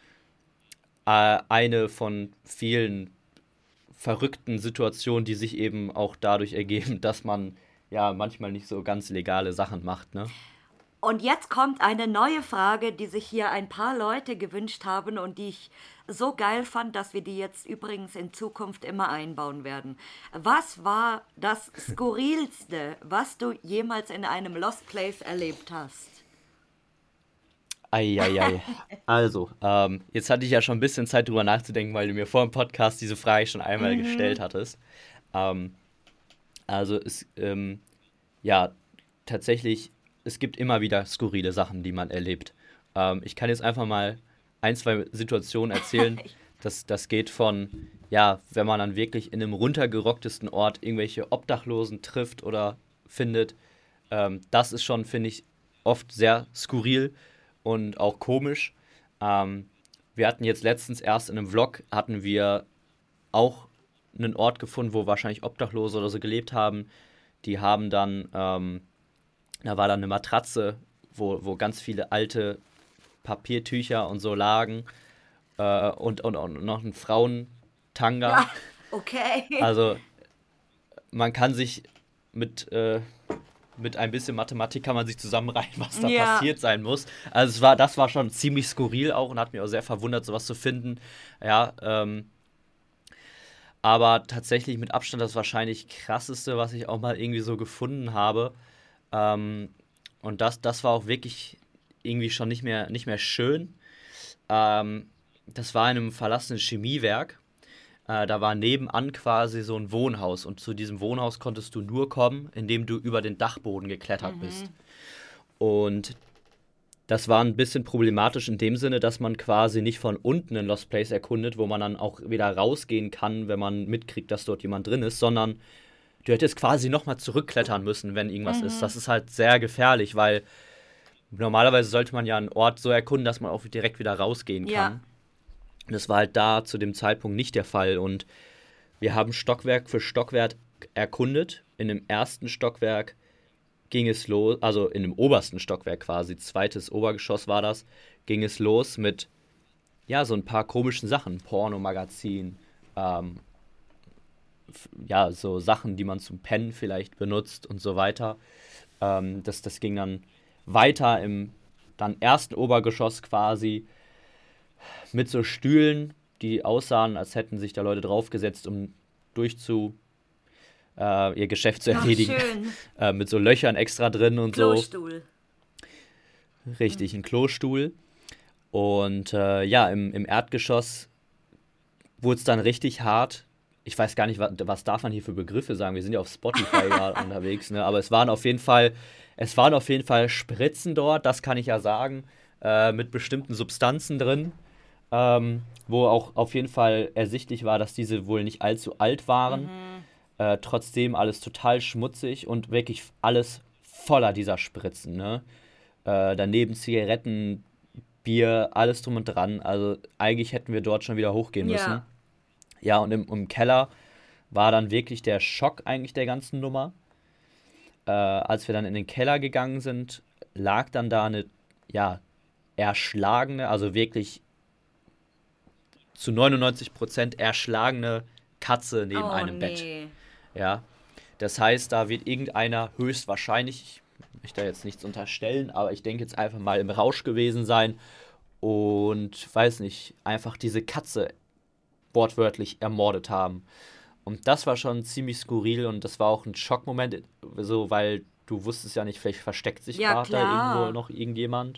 Speaker 2: eine von vielen verrückten Situationen, die sich eben auch dadurch ergeben, dass man ja manchmal nicht so ganz legale Sachen macht, ne?
Speaker 1: Und jetzt kommt eine neue Frage, die sich hier ein paar Leute gewünscht haben und die ich so geil fand, dass wir die jetzt übrigens in Zukunft immer einbauen werden. Was war das Skurrilste, was du jemals in einem Lost Place erlebt hast?
Speaker 2: Eieiei. Also, jetzt hatte ich ja schon ein bisschen Zeit drüber nachzudenken, weil du mir vor dem Podcast diese Frage schon einmal gestellt hattest. Ähm, ja, tatsächlich, es gibt immer wieder skurrile Sachen, die man erlebt. Ich kann jetzt einfach mal ein, zwei Situationen erzählen. Das geht von, ja, wenn man dann wirklich in einem runtergerocktesten Ort irgendwelche Obdachlosen trifft oder findet. Das ist schon, finde ich, oft sehr skurril und auch komisch. Wir hatten jetzt letztens erst in einem Vlog, hatten wir auch einen Ort gefunden, wo wahrscheinlich Obdachlose oder so gelebt haben. Die haben dann, da war dann eine Matratze, wo ganz viele alte Papiertücher und so lagen und noch ein Frauentanga.
Speaker 1: Ja, okay.
Speaker 2: Also man kann sich mit ein bisschen Mathematik kann man sich zusammenreihen, was da
Speaker 1: Ja.
Speaker 2: passiert sein muss. Also das war schon ziemlich skurril auch und hat mich auch sehr verwundert, sowas zu finden. Ja, aber tatsächlich mit Abstand das wahrscheinlich krasseste, was ich auch mal irgendwie so gefunden habe. Und das war auch wirklich irgendwie schon nicht mehr schön. Das war in einem verlassenen Chemiewerk. Da war nebenan quasi so ein Wohnhaus und zu diesem Wohnhaus konntest du nur kommen, indem du über den Dachboden geklettert bist. Und das war ein bisschen problematisch in dem Sinne, dass man quasi nicht von unten in Lost Place erkundet, wo man dann auch wieder rausgehen kann, wenn man mitkriegt, dass dort jemand drin ist, sondern du hättest quasi nochmal zurückklettern müssen, wenn irgendwas ist. Das ist halt sehr gefährlich, weil normalerweise sollte man ja einen Ort so erkunden, dass man auch direkt wieder rausgehen kann.
Speaker 1: Ja.
Speaker 2: Das war halt da zu dem Zeitpunkt nicht der Fall. Und wir haben Stockwerk für Stockwerk erkundet. In dem ersten Stockwerk ging es los, also in dem obersten Stockwerk quasi, zweites Obergeschoss war das, ging es los mit, ja, so ein paar komischen Sachen. Pornomagazin, ja, so Sachen, die man zum Pennen vielleicht benutzt und so weiter. Das ging dann weiter im dann ersten Obergeschoss quasi mit so Stühlen, die aussahen, als hätten sich da Leute draufgesetzt, um ihr Geschäft zu erledigen.
Speaker 1: Schön.
Speaker 2: Mit so Löchern extra drin und
Speaker 1: Klostuhl.
Speaker 2: so. Richtig, ein Klostuhl. Und ja, im Erdgeschoss wurde es dann richtig hart. Ich weiß gar nicht, was darf man hier für Begriffe sagen. Wir sind ja auf Spotify gerade unterwegs, ne? Aber es waren auf jeden Fall Spritzen dort, das kann ich ja sagen, mit bestimmten Substanzen drin, wo auch auf jeden Fall ersichtlich war, dass diese wohl nicht allzu alt waren. Trotzdem alles total schmutzig und wirklich alles voller dieser Spritzen, ne? Daneben Zigaretten, Bier, alles drum und dran. Also eigentlich hätten wir dort schon wieder hochgehen müssen.
Speaker 1: Ja.
Speaker 2: Ja, und im Keller war dann wirklich der Schock eigentlich der ganzen Nummer. Als wir dann in den Keller gegangen sind, lag dann da eine, ja, erschlagene, also wirklich zu 99% erschlagene Katze neben einem Bett. Ja, das heißt, da wird irgendeiner höchstwahrscheinlich, ich möchte da jetzt nichts unterstellen, aber ich denke jetzt einfach mal im Rausch gewesen sein und, weiß nicht, einfach diese Katze wortwörtlich ermordet haben. Und das war schon ziemlich skurril und das war auch ein Schockmoment, so, weil du wusstest ja nicht, vielleicht versteckt sich
Speaker 1: Ja,
Speaker 2: gerade da
Speaker 1: klar.
Speaker 2: irgendwo noch irgendjemand.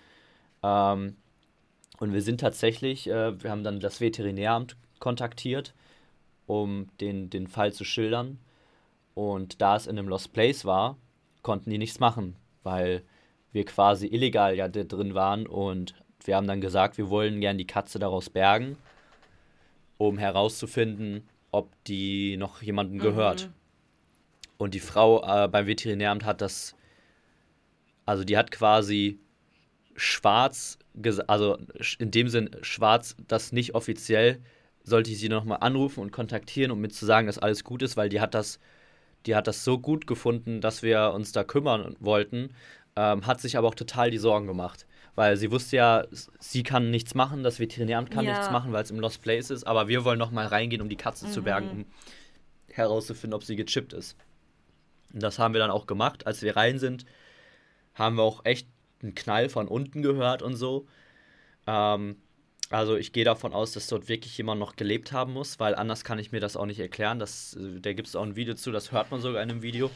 Speaker 2: Und wir sind tatsächlich, wir haben dann das Veterinäramt kontaktiert, um den Fall zu schildern. Und da es in einem Lost Place war, konnten die nichts machen, weil wir quasi illegal ja da drin waren und wir haben dann gesagt, wir wollen gern die Katze daraus bergen, um herauszufinden, ob die noch jemandem gehört. Und die Frau beim Veterinäramt hat das, also die hat quasi schwarz, also in dem Sinn schwarz, das nicht offiziell, sollte ich sie nochmal anrufen und kontaktieren, um mir zu sagen, dass alles gut ist, weil die hat das so gut gefunden, dass wir uns da kümmern wollten, hat sich aber auch total die Sorgen gemacht. Weil sie wusste ja, sie kann nichts machen, das Veterinäramt kann nichts machen, weil es im Lost Place ist, aber wir wollen nochmal reingehen, um die Katze zu bergen, um herauszufinden, ob sie gechippt ist. Und das haben wir dann auch gemacht. Als wir rein sind, haben wir auch echt einen Knall von unten gehört und so. Also ich gehe davon aus, dass dort wirklich jemand noch gelebt haben muss, weil anders kann ich mir das auch nicht erklären. Da gibt es auch ein Video zu, das hört man sogar in einem Video.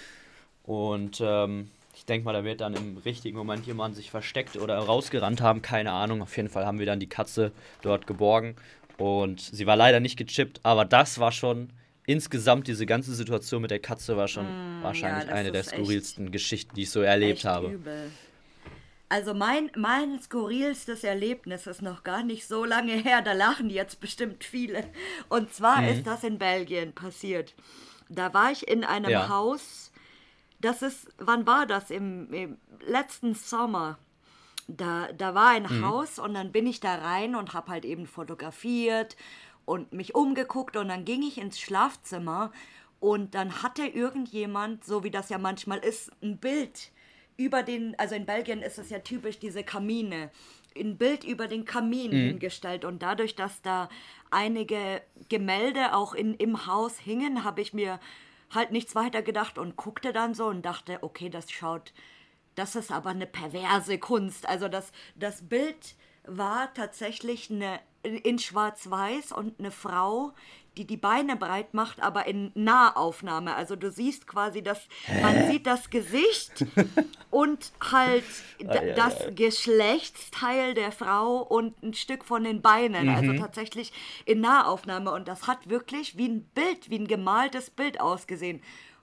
Speaker 2: Und ich denke mal, da wird dann im richtigen Moment jemand sich versteckt oder rausgerannt haben, keine Ahnung. Auf jeden Fall haben wir dann die Katze dort geborgen und sie war leider nicht gechippt, aber das war schon, insgesamt diese ganze Situation mit der Katze war schon wahrscheinlich eine der skurrilsten Geschichten, die ich so erlebt habe.
Speaker 1: Übel. Also mein skurrilstes Erlebnis ist noch gar nicht so lange her, da lachen jetzt bestimmt viele. Und zwar ist das in Belgien passiert. Da war ich in einem Haus, wann war das? Im letzten Sommer. Da war ein Haus und dann bin ich da rein und habe halt eben fotografiert und mich umgeguckt und dann ging ich ins Schlafzimmer und dann hatte irgendjemand, so wie das ja manchmal ist, ein Bild über also in Belgien ist es ja typisch, diese Kamine, ein Bild über den Kamin hingestellt und dadurch, dass da einige Gemälde auch im Haus hingen, habe ich mir halt nichts weiter gedacht und guckte dann so und dachte, okay, das ist aber eine perverse Kunst. Also das Bild war tatsächlich in Schwarz-Weiß und eine Frau, die Beine breit macht, aber in Nahaufnahme. Also du siehst quasi, man sieht das Gesicht und halt das Geschlechtsteil der Frau und ein Stück von den Beinen. Also tatsächlich in Nahaufnahme. Und das hat wirklich wie ein gemaltes Bild ausgesehen.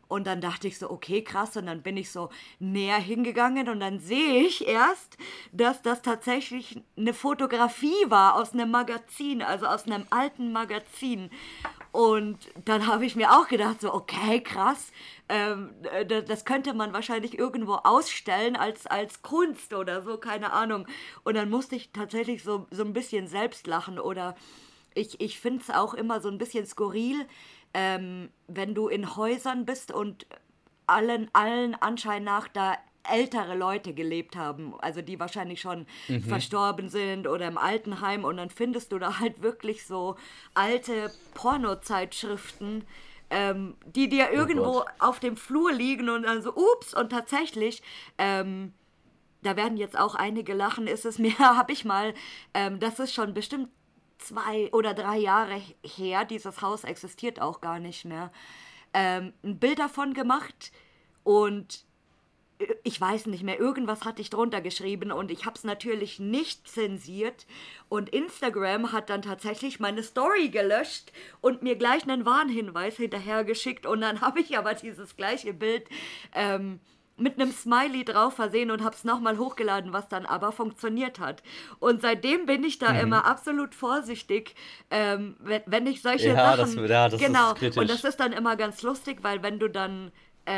Speaker 1: Und dann dachte ich so, okay, krass. Und dann bin ich so näher hingegangen und dann sehe ich erst, dass das tatsächlich eine Fotografie war aus einem Magazin, also aus einem alten Magazin. Und dann habe ich mir auch gedacht, so, okay, krass, das könnte man wahrscheinlich irgendwo ausstellen als Kunst oder so, keine Ahnung. Und dann musste ich tatsächlich so ein bisschen selbst lachen oder ich finde es auch immer so ein bisschen skurril, wenn du in Häusern bist und allen Anschein nach da ältere Leute gelebt haben, also die wahrscheinlich schon
Speaker 2: Mhm.
Speaker 1: verstorben sind oder im Altenheim und dann findest du da halt wirklich so alte Pornozeitschriften, die dir
Speaker 2: Oh
Speaker 1: irgendwo
Speaker 2: Gott.
Speaker 1: auf dem Flur liegen und dann so, ups, und tatsächlich, da werden jetzt auch einige lachen, ist es mir, habe ich mal, das ist schon bestimmt 2 oder 3 Jahre her, dieses Haus existiert auch gar nicht mehr, ein Bild davon gemacht und ich weiß nicht mehr, irgendwas hatte ich drunter geschrieben und ich habe es natürlich nicht zensiert und Instagram hat dann tatsächlich meine Story gelöscht und mir gleich einen Warnhinweis hinterhergeschickt und dann habe ich aber dieses gleiche Bild mit einem Smiley drauf versehen und habe es nochmal hochgeladen, was dann aber funktioniert hat. Und seitdem bin ich da
Speaker 2: Mhm.
Speaker 1: immer absolut vorsichtig, wenn ich solche Sachen,
Speaker 2: Ja, das
Speaker 1: genau,
Speaker 2: ist
Speaker 1: und das
Speaker 2: kritisch.
Speaker 1: ist dann immer ganz lustig, weil wenn du dann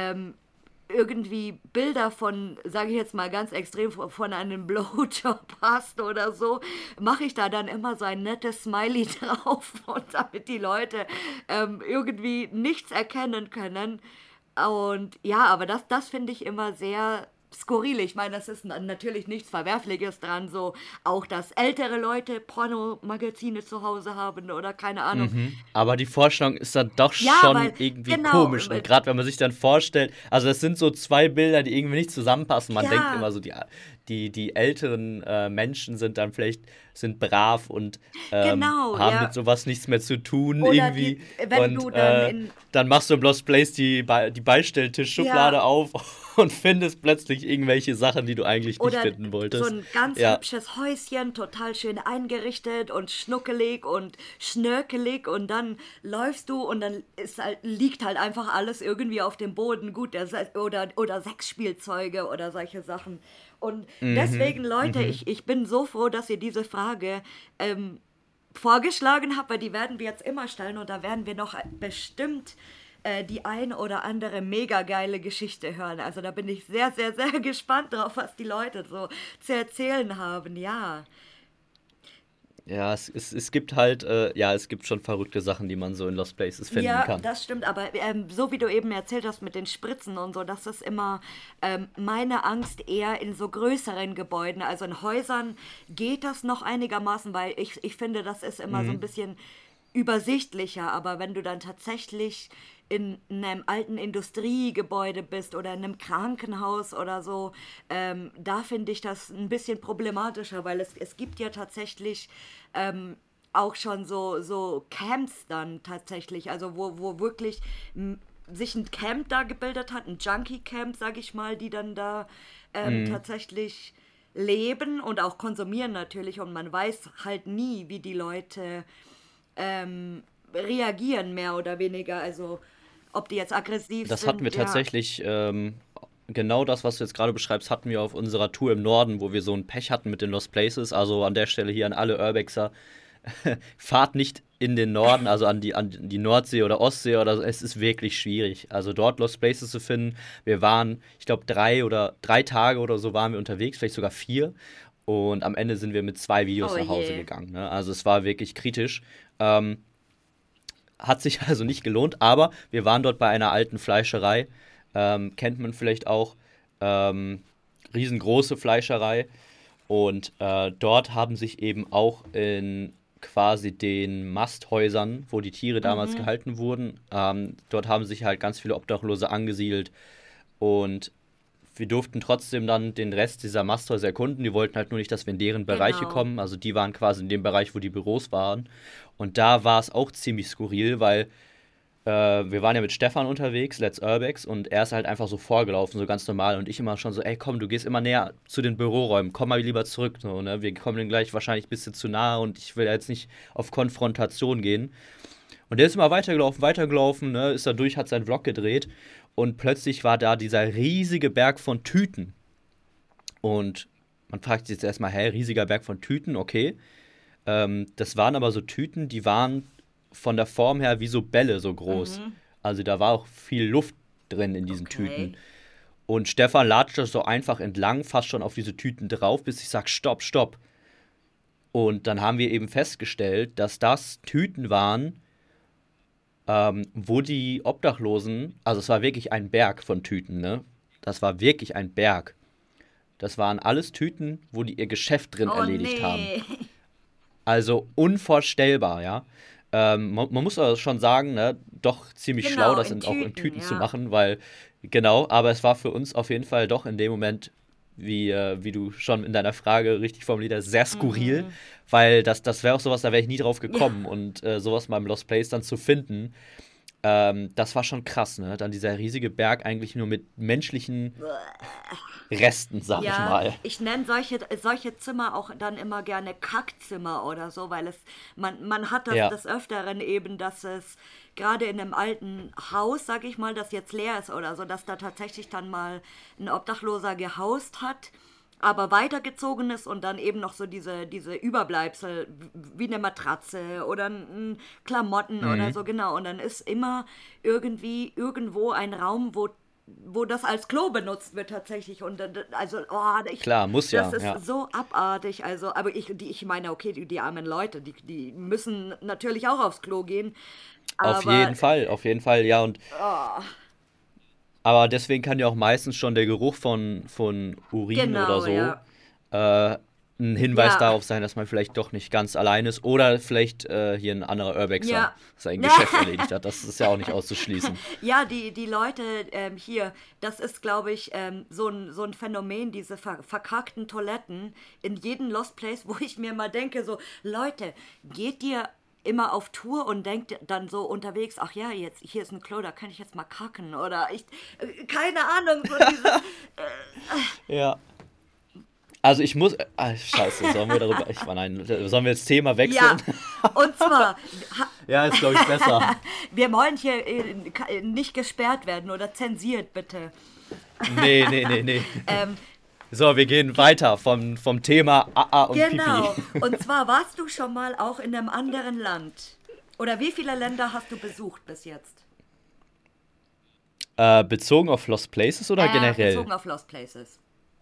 Speaker 1: irgendwie Bilder von, sage ich jetzt mal ganz extrem, von einem Blowjob hast oder so, mache ich da dann immer so ein nettes Smiley drauf und damit die Leute irgendwie nichts erkennen können. Und ja, aber das finde ich immer sehr skurril. Ich meine, das ist natürlich nichts Verwerfliches dran, so auch, dass ältere Leute Pornomagazine zu Hause haben oder keine Ahnung.
Speaker 2: Mhm. Aber die Vorstellung ist dann doch
Speaker 1: Ja,
Speaker 2: schon
Speaker 1: weil,
Speaker 2: irgendwie
Speaker 1: genau,
Speaker 2: komisch. Und gerade wenn man sich dann vorstellt, also das sind so zwei Bilder, die irgendwie nicht zusammenpassen. Man denkt
Speaker 1: ja,
Speaker 2: immer so, die älteren Menschen sind dann vielleicht sind brav und
Speaker 1: genau,
Speaker 2: haben
Speaker 1: ja.
Speaker 2: mit sowas nichts mehr zu tun
Speaker 1: Oder
Speaker 2: irgendwie.
Speaker 1: die, wenn
Speaker 2: Und
Speaker 1: du dann in,
Speaker 2: dann machst du im Lost Place die
Speaker 1: ja,
Speaker 2: Beistelltischschublade auf und findest plötzlich irgendwelche Sachen, die du eigentlich nicht
Speaker 1: oder
Speaker 2: finden
Speaker 1: so
Speaker 2: wolltest.
Speaker 1: ein ganz
Speaker 2: Ja.
Speaker 1: hübsches Häuschen, total schön eingerichtet und schnuckelig und schnörkelig und dann läufst du und dann liegt halt einfach alles irgendwie auf dem Boden. Gut, oder Sexspielzeuge oder solche Sachen. Und
Speaker 2: Mhm.
Speaker 1: deswegen, Leute,
Speaker 2: Mhm.
Speaker 1: ich bin so froh, dass ihr diese Frage vorgeschlagen habt, weil die werden wir jetzt immer stellen und da werden wir noch bestimmt die ein oder andere mega geile Geschichte hören. Also da bin ich sehr, sehr, sehr gespannt drauf, was die Leute so zu erzählen haben. Ja.
Speaker 2: Ja, es gibt halt, ja, es gibt schon verrückte Sachen, die man so in Lost Places finden
Speaker 1: Ja,
Speaker 2: kann.
Speaker 1: das stimmt, aber so wie du eben erzählt hast mit den Spritzen und so, das ist immer meine Angst eher in so größeren Gebäuden. Also in Häusern geht das noch einigermaßen, weil ich finde, das ist immer so ein
Speaker 2: Mhm.
Speaker 1: bisschen übersichtlicher. Aber wenn du dann tatsächlich in einem alten Industriegebäude bist oder in einem Krankenhaus oder so, da finde ich das ein bisschen problematischer, weil es gibt ja tatsächlich auch schon so Camps dann tatsächlich, also wo wirklich sich ein Camp da gebildet hat, ein Junkie-Camp, sag ich mal, die dann da
Speaker 2: Mhm.
Speaker 1: tatsächlich leben und auch konsumieren natürlich und man weiß halt nie, wie die Leute reagieren, mehr oder weniger, also ob die jetzt aggressiv
Speaker 2: Das hatten wir
Speaker 1: sind, ja.
Speaker 2: tatsächlich, genau das, was du jetzt gerade beschreibst, hatten wir auf unserer Tour im Norden, wo wir so ein Pech hatten mit den Lost Places. Also an der Stelle hier an alle Urbexer. Fahrt nicht in den Norden, also an die Nordsee oder Ostsee oder so. Es ist wirklich schwierig. Also dort Lost Places zu finden. Wir waren, ich glaube, 3 Tage oder so waren wir unterwegs, vielleicht sogar 4. Und am Ende sind wir mit 2 Videos
Speaker 1: Oh
Speaker 2: nach Hause
Speaker 1: je.
Speaker 2: gegangen. Ne? Also es war wirklich kritisch. Hat sich also nicht gelohnt, aber wir waren dort bei einer alten Fleischerei. Kennt man vielleicht auch. Ähm, Riesengroße Fleischerei. Und dort haben sich eben auch in quasi den Masthäusern, wo die Tiere damals
Speaker 1: Mhm,
Speaker 2: gehalten wurden, dort haben sich halt ganz viele Obdachlose angesiedelt. Und wir durften trotzdem dann den Rest dieser Masthäuser erkunden. Die wollten halt nur nicht, dass wir in deren Bereiche
Speaker 1: genau.
Speaker 2: kommen. Also die waren quasi in dem Bereich, wo die Büros waren. Und da war es auch ziemlich skurril, weil wir waren ja mit Stefan unterwegs, Let's Urbex, und er ist halt einfach so vorgelaufen, so ganz normal. Und ich immer schon so, ey, komm, du gehst immer näher zu den Büroräumen, komm mal lieber zurück. So, ne? Wir kommen denen gleich wahrscheinlich ein bisschen zu nahe und ich will jetzt nicht auf Konfrontation gehen. Und der ist immer weitergelaufen, ne? Ist da durch, hat seinen Vlog gedreht. und plötzlich war da dieser riesige Berg von Tüten. Und man fragt sich jetzt erstmal, hä, riesiger Berg von Tüten, okay. Das waren aber so Tüten, die waren von der Form her wie so Bälle so groß. Also da war auch viel Luft drin in diesen
Speaker 1: Okay.
Speaker 2: Tüten. Und Stefan latschte so einfach entlang, fast schon auf diese Tüten drauf, bis ich sag, stopp, stopp. Und dann haben wir eben festgestellt, dass das Tüten waren, wo die Obdachlosen, also es war wirklich ein Berg von Tüten, ne? Das war wirklich ein Berg. Das waren alles Tüten, wo die ihr Geschäft drin
Speaker 1: Oh
Speaker 2: erledigt haben.
Speaker 1: nee.
Speaker 2: Also unvorstellbar, ja. Man muss aber schon sagen, ne, doch ziemlich schlau,
Speaker 1: Genau,
Speaker 2: das
Speaker 1: in
Speaker 2: auch in
Speaker 1: Tüten,
Speaker 2: Tüten zu
Speaker 1: ja.
Speaker 2: machen, weil, genau, aber es war für uns auf jeden Fall doch in dem Moment, wie du schon in deiner Frage richtig formuliert hast, sehr skurril, weil das wäre auch sowas, da wäre ich nie drauf
Speaker 1: Ja.
Speaker 2: gekommen und sowas mal im Lost Place dann zu finden, das war schon krass, ne? Dann dieser riesige Berg eigentlich nur mit menschlichen Resten, sag ich
Speaker 1: Ja,
Speaker 2: mal.
Speaker 1: ich nenne solche Zimmer auch dann immer gerne Kackzimmer oder so, weil man hat das
Speaker 2: Ja,
Speaker 1: des Öfteren eben, dass es gerade in einem alten Haus, sag ich mal, das jetzt leer ist oder so, dass da tatsächlich dann mal ein Obdachloser gehaust hat, aber weitergezogen ist und dann eben noch so diese Überbleibsel wie eine Matratze oder ein Klamotten oder
Speaker 2: mhm.
Speaker 1: so, genau. Und dann ist immer irgendwie irgendwo ein Raum, wo das als Klo benutzt wird tatsächlich. Und also,
Speaker 2: Klar, muss
Speaker 1: das
Speaker 2: ja,
Speaker 1: ist
Speaker 2: ja.
Speaker 1: so abartig. Also, aber ich meine, okay, die armen Leute, die müssen natürlich auch aufs Klo gehen. Aber
Speaker 2: Auf jeden Fall, ja. Und aber deswegen kann ja auch meistens schon der Geruch von Urin oder
Speaker 1: genau,
Speaker 2: so
Speaker 1: ja.
Speaker 2: ein Hinweis
Speaker 1: Ja,
Speaker 2: darauf sein, dass man vielleicht doch nicht ganz allein ist oder vielleicht hier ein anderer Urbexer
Speaker 1: ja.
Speaker 2: sein Geschäft erledigt hat. Das ist ja auch nicht auszuschließen.
Speaker 1: Ja, die Leute hier, das ist, glaube ich, so ein Phänomen, diese verkackten Toiletten in jedem Lost Place, wo ich mir mal denke, so, Leute, geht ihr immer auf Tour und denkt dann so unterwegs, ach ja, jetzt hier ist ein Klo, da kann ich jetzt mal kacken oder keine Ahnung, so dieses,
Speaker 2: Ja. Also ich muss. Scheiße, sollen wir darüber. Nein, sollen wir jetzt Thema wechseln?
Speaker 1: ja, und zwar,
Speaker 2: Ja, ist, glaube ich, besser.
Speaker 1: wir wollen hier nicht gesperrt werden oder zensiert, bitte.
Speaker 2: Nee, nee, nee, nee.
Speaker 1: Ähm,
Speaker 2: So, wir gehen weiter vom Thema AA und Pipi.
Speaker 1: Genau. Und zwar warst du schon mal auch in einem anderen Land. Oder wie viele Länder hast du besucht bis jetzt?
Speaker 2: Bezogen auf Lost Places oder generell?
Speaker 1: Bezogen auf Lost Places.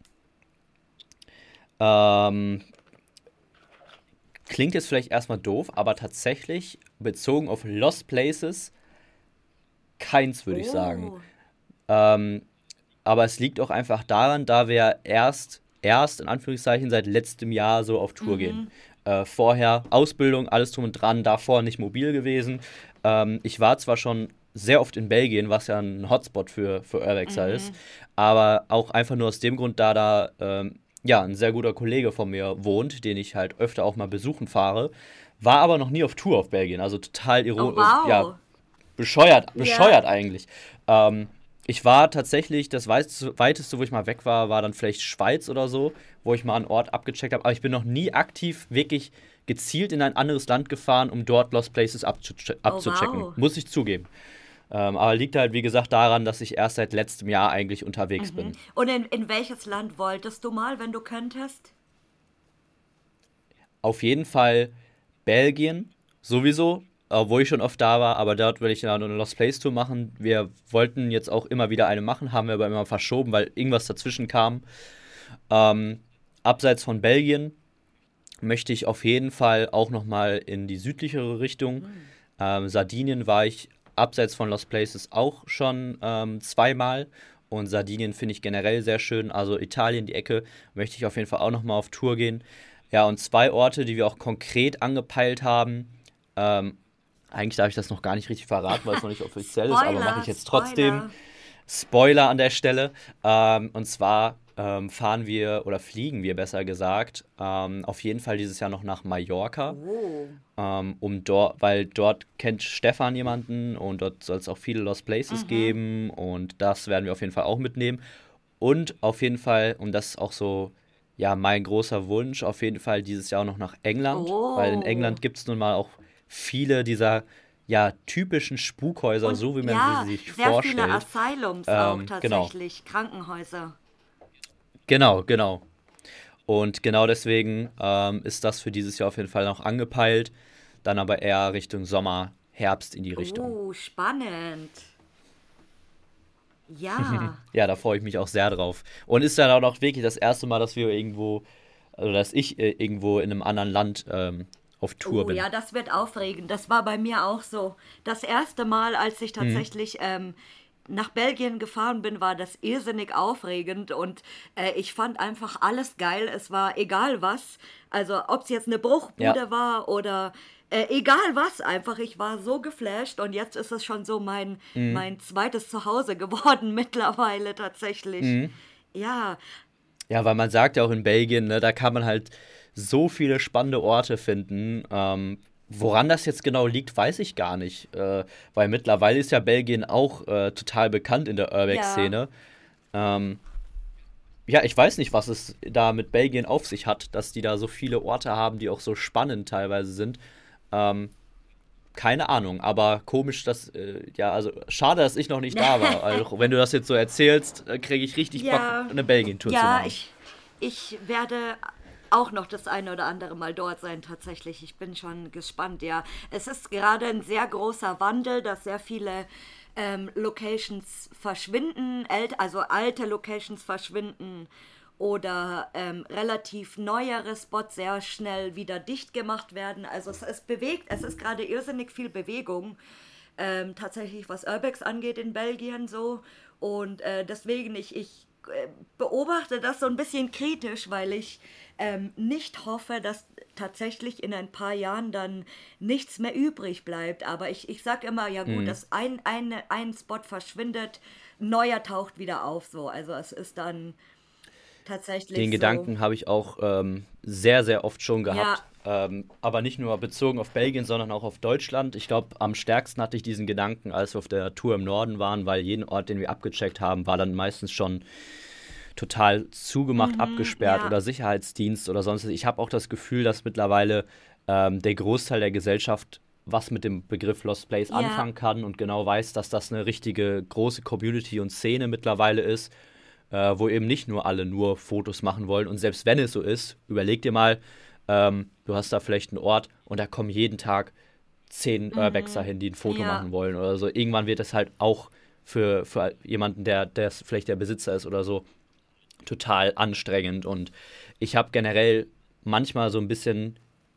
Speaker 2: Ähm, Klingt jetzt vielleicht erstmal doof, aber tatsächlich bezogen auf Lost Places keins, würde ich sagen.
Speaker 1: Oh.
Speaker 2: Ähm, aber es liegt auch einfach daran, da wir erst in Anführungszeichen seit letztem Jahr so auf Tour gehen. Vorher Ausbildung, alles drum und dran, davor nicht mobil gewesen. Ich war zwar schon sehr oft in Belgien, was ja ein Hotspot für Urbexer ist, aber auch einfach nur aus dem Grund, da ja, ein sehr guter Kollege von mir wohnt, den ich halt öfter auch mal besuchen fahre, war aber noch nie auf Tour auf Belgien. Also total
Speaker 1: Oh,
Speaker 2: ja,
Speaker 1: wow.
Speaker 2: bescheuert
Speaker 1: Ja.
Speaker 2: eigentlich. Ich war tatsächlich, das weiteste, wo ich mal weg war, war dann vielleicht Schweiz oder so, wo ich mal einen Ort abgecheckt habe. Aber ich bin noch nie aktiv wirklich gezielt in ein anderes Land gefahren, um dort Lost Places
Speaker 1: Oh,
Speaker 2: abzuchecken.
Speaker 1: wow.
Speaker 2: Muss ich zugeben. Aber liegt halt, wie gesagt, daran, dass ich erst seit letztem Jahr eigentlich unterwegs bin.
Speaker 1: Und in welches Land wolltest du mal, wenn du könntest?
Speaker 2: Auf jeden Fall Belgien, sowieso, obwohl ich schon oft da war, aber dort will ich ja noch eine Lost Place Tour machen. Wir wollten jetzt auch immer wieder eine machen, haben wir aber immer verschoben, weil irgendwas dazwischen kam. Ähm, Abseits von Belgien möchte ich auf jeden Fall auch nochmal in die südlichere Richtung. Sardinien war ich abseits von Lost Places auch schon zweimal. Und Sardinien finde ich generell sehr schön. Also Italien, die Ecke, möchte ich auf jeden Fall auch nochmal auf Tour gehen. Ja, und zwei Orte, die wir auch konkret angepeilt haben. Ähm, Eigentlich darf ich das noch gar nicht richtig verraten, weil es noch nicht offiziell ist, aber mache
Speaker 1: Spoiler,
Speaker 2: ich jetzt trotzdem.
Speaker 1: Spoiler.
Speaker 2: Spoiler an der Stelle. Und zwar fahren wir oder fliegen wir besser gesagt auf jeden Fall dieses Jahr noch nach Mallorca,
Speaker 1: Oh.
Speaker 2: weil dort kennt Stefan jemanden und dort soll es auch viele Lost Places geben und das werden wir auf jeden Fall auch mitnehmen. Und auf jeden Fall, und das ist auch so, ja, mein großer Wunsch, auf jeden Fall dieses Jahr auch noch nach England, weil in
Speaker 1: Oh.
Speaker 2: England gibt es nun mal auch viele dieser ja, typischen Spukhäuser,
Speaker 1: Und
Speaker 2: so wie man
Speaker 1: ja,
Speaker 2: sie sich
Speaker 1: sehr viele
Speaker 2: vorstellt.
Speaker 1: Asylums auch
Speaker 2: Genau,
Speaker 1: tatsächlich, Krankenhäuser.
Speaker 2: genau. Und genau deswegen ist das für dieses Jahr auf jeden Fall noch angepeilt. Dann aber eher Richtung Sommer, Herbst in die Richtung.
Speaker 1: Spannend. Ja.
Speaker 2: Ja, da freue ich mich auch sehr drauf. Und ist dann auch noch wirklich das erste Mal, dass wir irgendwo, also dass ich irgendwo in einem anderen Land auf Tour
Speaker 1: Oh
Speaker 2: bin.
Speaker 1: ja, das wird aufregend. Das war bei mir auch so. Das erste Mal, als ich
Speaker 2: Mhm.
Speaker 1: tatsächlich nach Belgien gefahren bin, war das irrsinnig aufregend und ich fand einfach alles geil. Es war egal was. Also ob es jetzt eine
Speaker 2: Ja.
Speaker 1: Bruchbude war oder egal was einfach. Ich war so geflasht und jetzt ist es schon so
Speaker 2: Mhm.
Speaker 1: mein zweites Zuhause geworden mittlerweile tatsächlich.
Speaker 2: Mhm.
Speaker 1: Ja,
Speaker 2: Ja, weil man sagt ja auch in Belgien, ne, da kann man halt so viele spannende Orte finden. Woran das jetzt genau liegt, weiß ich gar nicht. Weil mittlerweile ist ja Belgien auch total bekannt in der
Speaker 1: ja.
Speaker 2: Urbex-Szene. Ähm, ja, ich weiß nicht, was es da mit Belgien auf sich hat, dass die da so viele Orte haben, die auch so spannend teilweise sind. Ähm, keine Ahnung, aber komisch, dass, ja, also schade, dass ich noch nicht da war. Also, wenn du das jetzt so erzählst, kriege ich richtig Bock,
Speaker 1: Ja,
Speaker 2: eine Belgien-Tour zu
Speaker 1: ja,
Speaker 2: machen.
Speaker 1: ich werde auch noch das eine oder andere Mal dort sein, tatsächlich. Ich bin schon gespannt, ja. Es ist gerade ein sehr großer Wandel, dass sehr viele Locations verschwinden, also alte Locations verschwinden oder relativ neuere Spots sehr schnell wieder dicht gemacht werden. Also es bewegt, es ist gerade irrsinnig viel Bewegung tatsächlich, was Urbex angeht in Belgien so. Und deswegen, ich beobachte das so ein bisschen kritisch, weil ich nicht hoffe, dass tatsächlich in ein paar Jahren dann nichts mehr übrig bleibt. Aber ich sage immer, ja gut,
Speaker 2: Mhm.
Speaker 1: dass ein Spot verschwindet, neuer taucht wieder auf so. Also es ist dann
Speaker 2: Den
Speaker 1: tatsächlich so.
Speaker 2: Gedanken habe ich auch sehr, sehr oft schon
Speaker 1: Ja,
Speaker 2: gehabt. Aber nicht nur bezogen auf Belgien, sondern auch auf Deutschland. Ich glaube, am stärksten hatte ich diesen Gedanken, als wir auf der Tour im Norden waren, weil jeden Ort, den wir abgecheckt haben, war dann meistens schon total zugemacht, abgesperrt
Speaker 1: ja,
Speaker 2: oder Sicherheitsdienst oder sonst was. Ich habe auch das Gefühl, dass mittlerweile der Großteil der Gesellschaft was mit dem Begriff Lost Place
Speaker 1: ja.
Speaker 2: anfangen kann und genau weiß, dass das eine richtige große Community und Szene mittlerweile ist, wo eben nicht nur alle nur Fotos machen wollen. Und selbst wenn es so ist, überleg dir mal, du hast da vielleicht einen Ort und da kommen jeden Tag 10 Urbexer hin, die ein Foto
Speaker 1: Ja,
Speaker 2: machen wollen oder so. Irgendwann wird das halt auch für jemanden, der vielleicht der Besitzer ist oder so, total anstrengend. Und ich habe generell manchmal so ein bisschen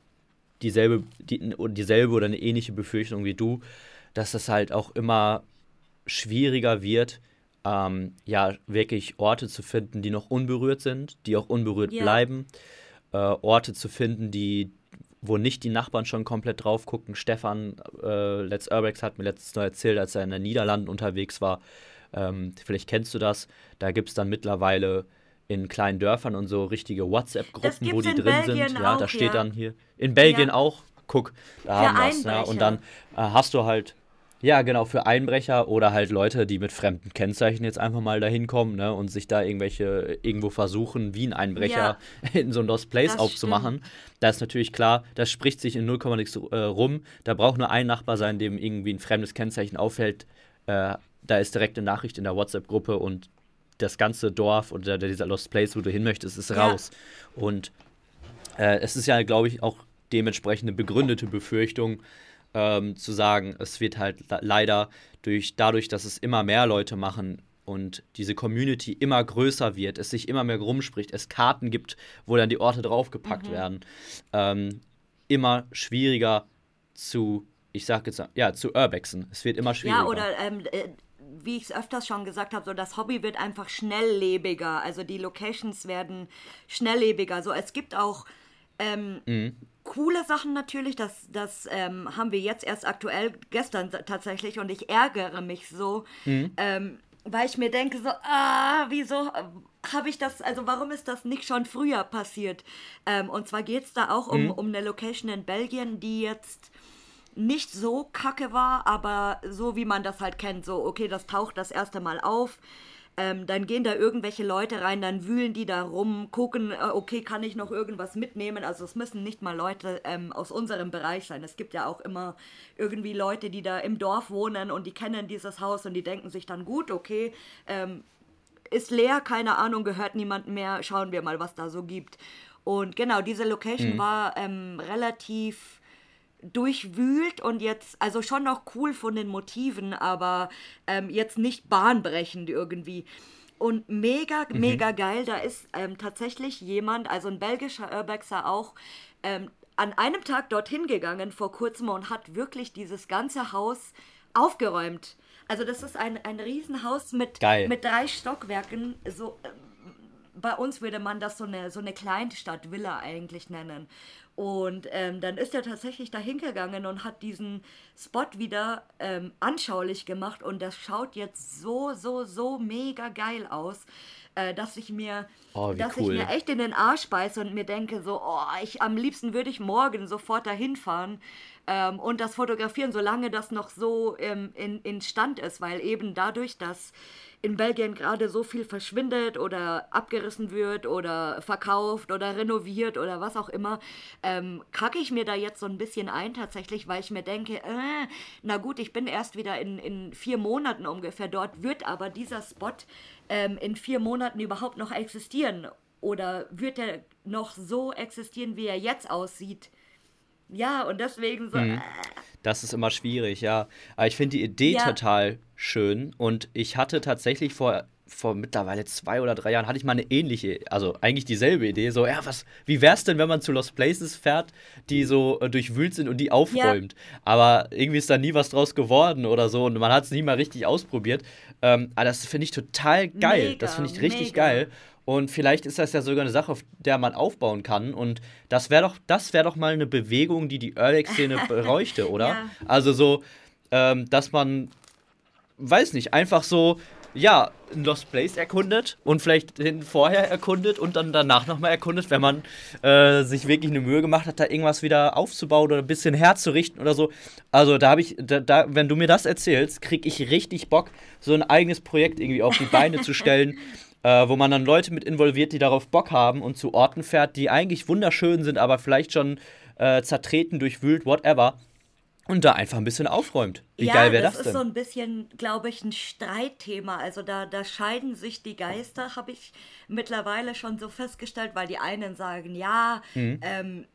Speaker 2: dieselbe oder eine ähnliche Befürchtung wie du, dass es halt auch immer schwieriger wird, ja, wirklich Orte zu finden, die noch unberührt sind, die auch unberührt
Speaker 1: ja.
Speaker 2: bleiben. Orte zu finden, wo nicht die Nachbarn schon komplett drauf gucken. Stefan, Let's Urbex, hat mir letztens noch erzählt, als er in den Niederlanden unterwegs war. Vielleicht kennst du das. Da gibt es dann mittlerweile in kleinen Dörfern und so richtige
Speaker 1: Das
Speaker 2: WhatsApp-Gruppen, wo
Speaker 1: gibt's
Speaker 2: die
Speaker 1: in
Speaker 2: drin sind.
Speaker 1: Belgien
Speaker 2: Ja, da
Speaker 1: auch,
Speaker 2: steht
Speaker 1: ja.
Speaker 2: dann hier in Belgien
Speaker 1: Ja.
Speaker 2: auch, guck, da
Speaker 1: Für
Speaker 2: haben wir es. Ja, und dann
Speaker 1: Einbrecher.
Speaker 2: hast du halt, ja, genau, für Einbrecher oder halt Leute, die mit fremden Kennzeichen jetzt einfach mal dahin kommen, ne, und sich da irgendwo versuchen, wie ein Einbrecher
Speaker 1: Ja,
Speaker 2: in so ein Lost Place
Speaker 1: das stimmt.
Speaker 2: aufzumachen. Da ist natürlich klar, das spricht sich in 0, nix rum. Da braucht nur ein Nachbar sein, dem irgendwie ein fremdes Kennzeichen auffällt. Da ist direkt eine Nachricht in der WhatsApp-Gruppe und das ganze Dorf oder dieser Lost Place, wo du hin möchtest, ist
Speaker 1: Ja,
Speaker 2: raus. Und es ist ja, glaube ich, auch dementsprechend eine begründete Befürchtung, zu sagen, es wird halt leider dadurch, dass es immer mehr Leute machen und diese Community immer größer wird, es sich immer mehr rumspricht, es Karten gibt, wo dann die Orte draufgepackt werden, ähm, immer schwieriger ich sag jetzt, ja, zu urbexen. Es wird immer
Speaker 1: ja,
Speaker 2: schwieriger.
Speaker 1: oder wie ich es öfters schon gesagt habe, so das Hobby wird einfach schnelllebiger. Also die Locations werden schnelllebiger. So, es gibt auch
Speaker 2: Mhm.
Speaker 1: coole Sachen natürlich. Das haben wir jetzt erst aktuell gestern tatsächlich und ich ärgere mich so,
Speaker 2: Mhm.
Speaker 1: weil ich mir denke so, wieso habe ich das, also warum ist das nicht schon früher passiert? Und zwar geht es da auch
Speaker 2: Mhm.
Speaker 1: um eine Location in Belgien, die jetzt nicht so kacke war, aber so wie man das halt kennt, so okay, das taucht das erste Mal auf. Dann gehen da irgendwelche Leute rein, dann wühlen die da rum, gucken, okay, kann ich noch irgendwas mitnehmen? Also es müssen nicht mal Leute aus unserem Bereich sein. Es gibt ja auch immer irgendwie Leute, die da im Dorf wohnen und die kennen dieses Haus und die denken sich dann, gut, okay, ist leer, keine Ahnung, gehört niemandem mehr, schauen wir mal, was da so gibt. Und genau, diese Location war relativ durchwühlt und jetzt, also schon noch cool von den Motiven, aber jetzt nicht bahnbrechend irgendwie. Und mega,
Speaker 2: Mhm.
Speaker 1: mega geil, da ist tatsächlich jemand, also ein belgischer Urbexer auch, an einem Tag dorthin gegangen vor kurzem und hat wirklich dieses ganze Haus aufgeräumt. Also das ist ein Riesenhaus
Speaker 2: Geil.
Speaker 1: mit 3 Stockwerken, so bei uns würde man das so eine Kleinstadt-Villa eigentlich nennen. Und dann ist er tatsächlich da hingegangen und hat diesen Spot wieder anschaulich gemacht. Und das schaut jetzt so, so, so mega geil aus, dass
Speaker 2: Oh, wie
Speaker 1: dass ich mir
Speaker 2: cool.
Speaker 1: echt in den Arsch beiße und mir denke, so, oh, am liebsten würde ich morgen sofort dahin fahren und das fotografieren, solange das noch so in Stand ist, weil eben dadurch, dass in Belgien gerade so viel verschwindet oder abgerissen wird oder verkauft oder renoviert oder was auch immer, kacke ich mir da jetzt so ein bisschen ein tatsächlich, weil ich mir denke, na gut, ich bin erst wieder in 4 Monaten ungefähr dort, wird aber dieser Spot in 4 Monaten überhaupt noch existieren? Oder wird er noch so existieren, wie er jetzt aussieht? Ja, und deswegen so,
Speaker 2: Mhm. Das ist immer schwierig, ja. Aber ich finde die Idee
Speaker 1: ja,
Speaker 2: total schön und ich hatte tatsächlich vor mittlerweile 2 oder 3 Jahren hatte ich mal eine ähnliche, also eigentlich dieselbe Idee, so, ja, wie wär's denn, wenn man zu Lost Places fährt, die so durchwühlt sind und die
Speaker 1: ja,
Speaker 2: aufräumt? Aber irgendwie ist da nie was draus geworden oder so und man hat es nie mal richtig ausprobiert. Aber das finde ich total geil. Das
Speaker 1: mega,
Speaker 2: finde ich richtig
Speaker 1: mega.
Speaker 2: geil. Und vielleicht ist das ja sogar eine Sache, auf der man aufbauen kann. Und das wäre doch mal eine Bewegung, die die Urbex-Szene bräuchte, oder?
Speaker 1: Ja,
Speaker 2: Also so, dass man, weiß nicht, einfach so, ja, ein Lost Place erkundet und vielleicht den vorher erkundet und dann danach nochmal erkundet, wenn man sich wirklich eine Mühe gemacht hat, da irgendwas wieder aufzubauen oder ein bisschen herzurichten oder so. Also da habe ich, wenn du mir das erzählst, kriege ich richtig Bock, so ein eigenes Projekt irgendwie auf die Beine zu stellen, wo man dann Leute mit involviert, die darauf Bock haben und zu Orten fährt, die eigentlich wunderschön sind, aber vielleicht schon zertreten, durchwühlt, whatever. Und da einfach ein bisschen aufräumt. Wie geil
Speaker 1: ja,
Speaker 2: wäre
Speaker 1: das
Speaker 2: das
Speaker 1: ist so
Speaker 2: denn?
Speaker 1: ein bisschen, glaube ich, ein Streitthema. Also da scheiden sich die Geister, habe ich mittlerweile schon so festgestellt, weil die einen sagen, ja,
Speaker 2: Mhm.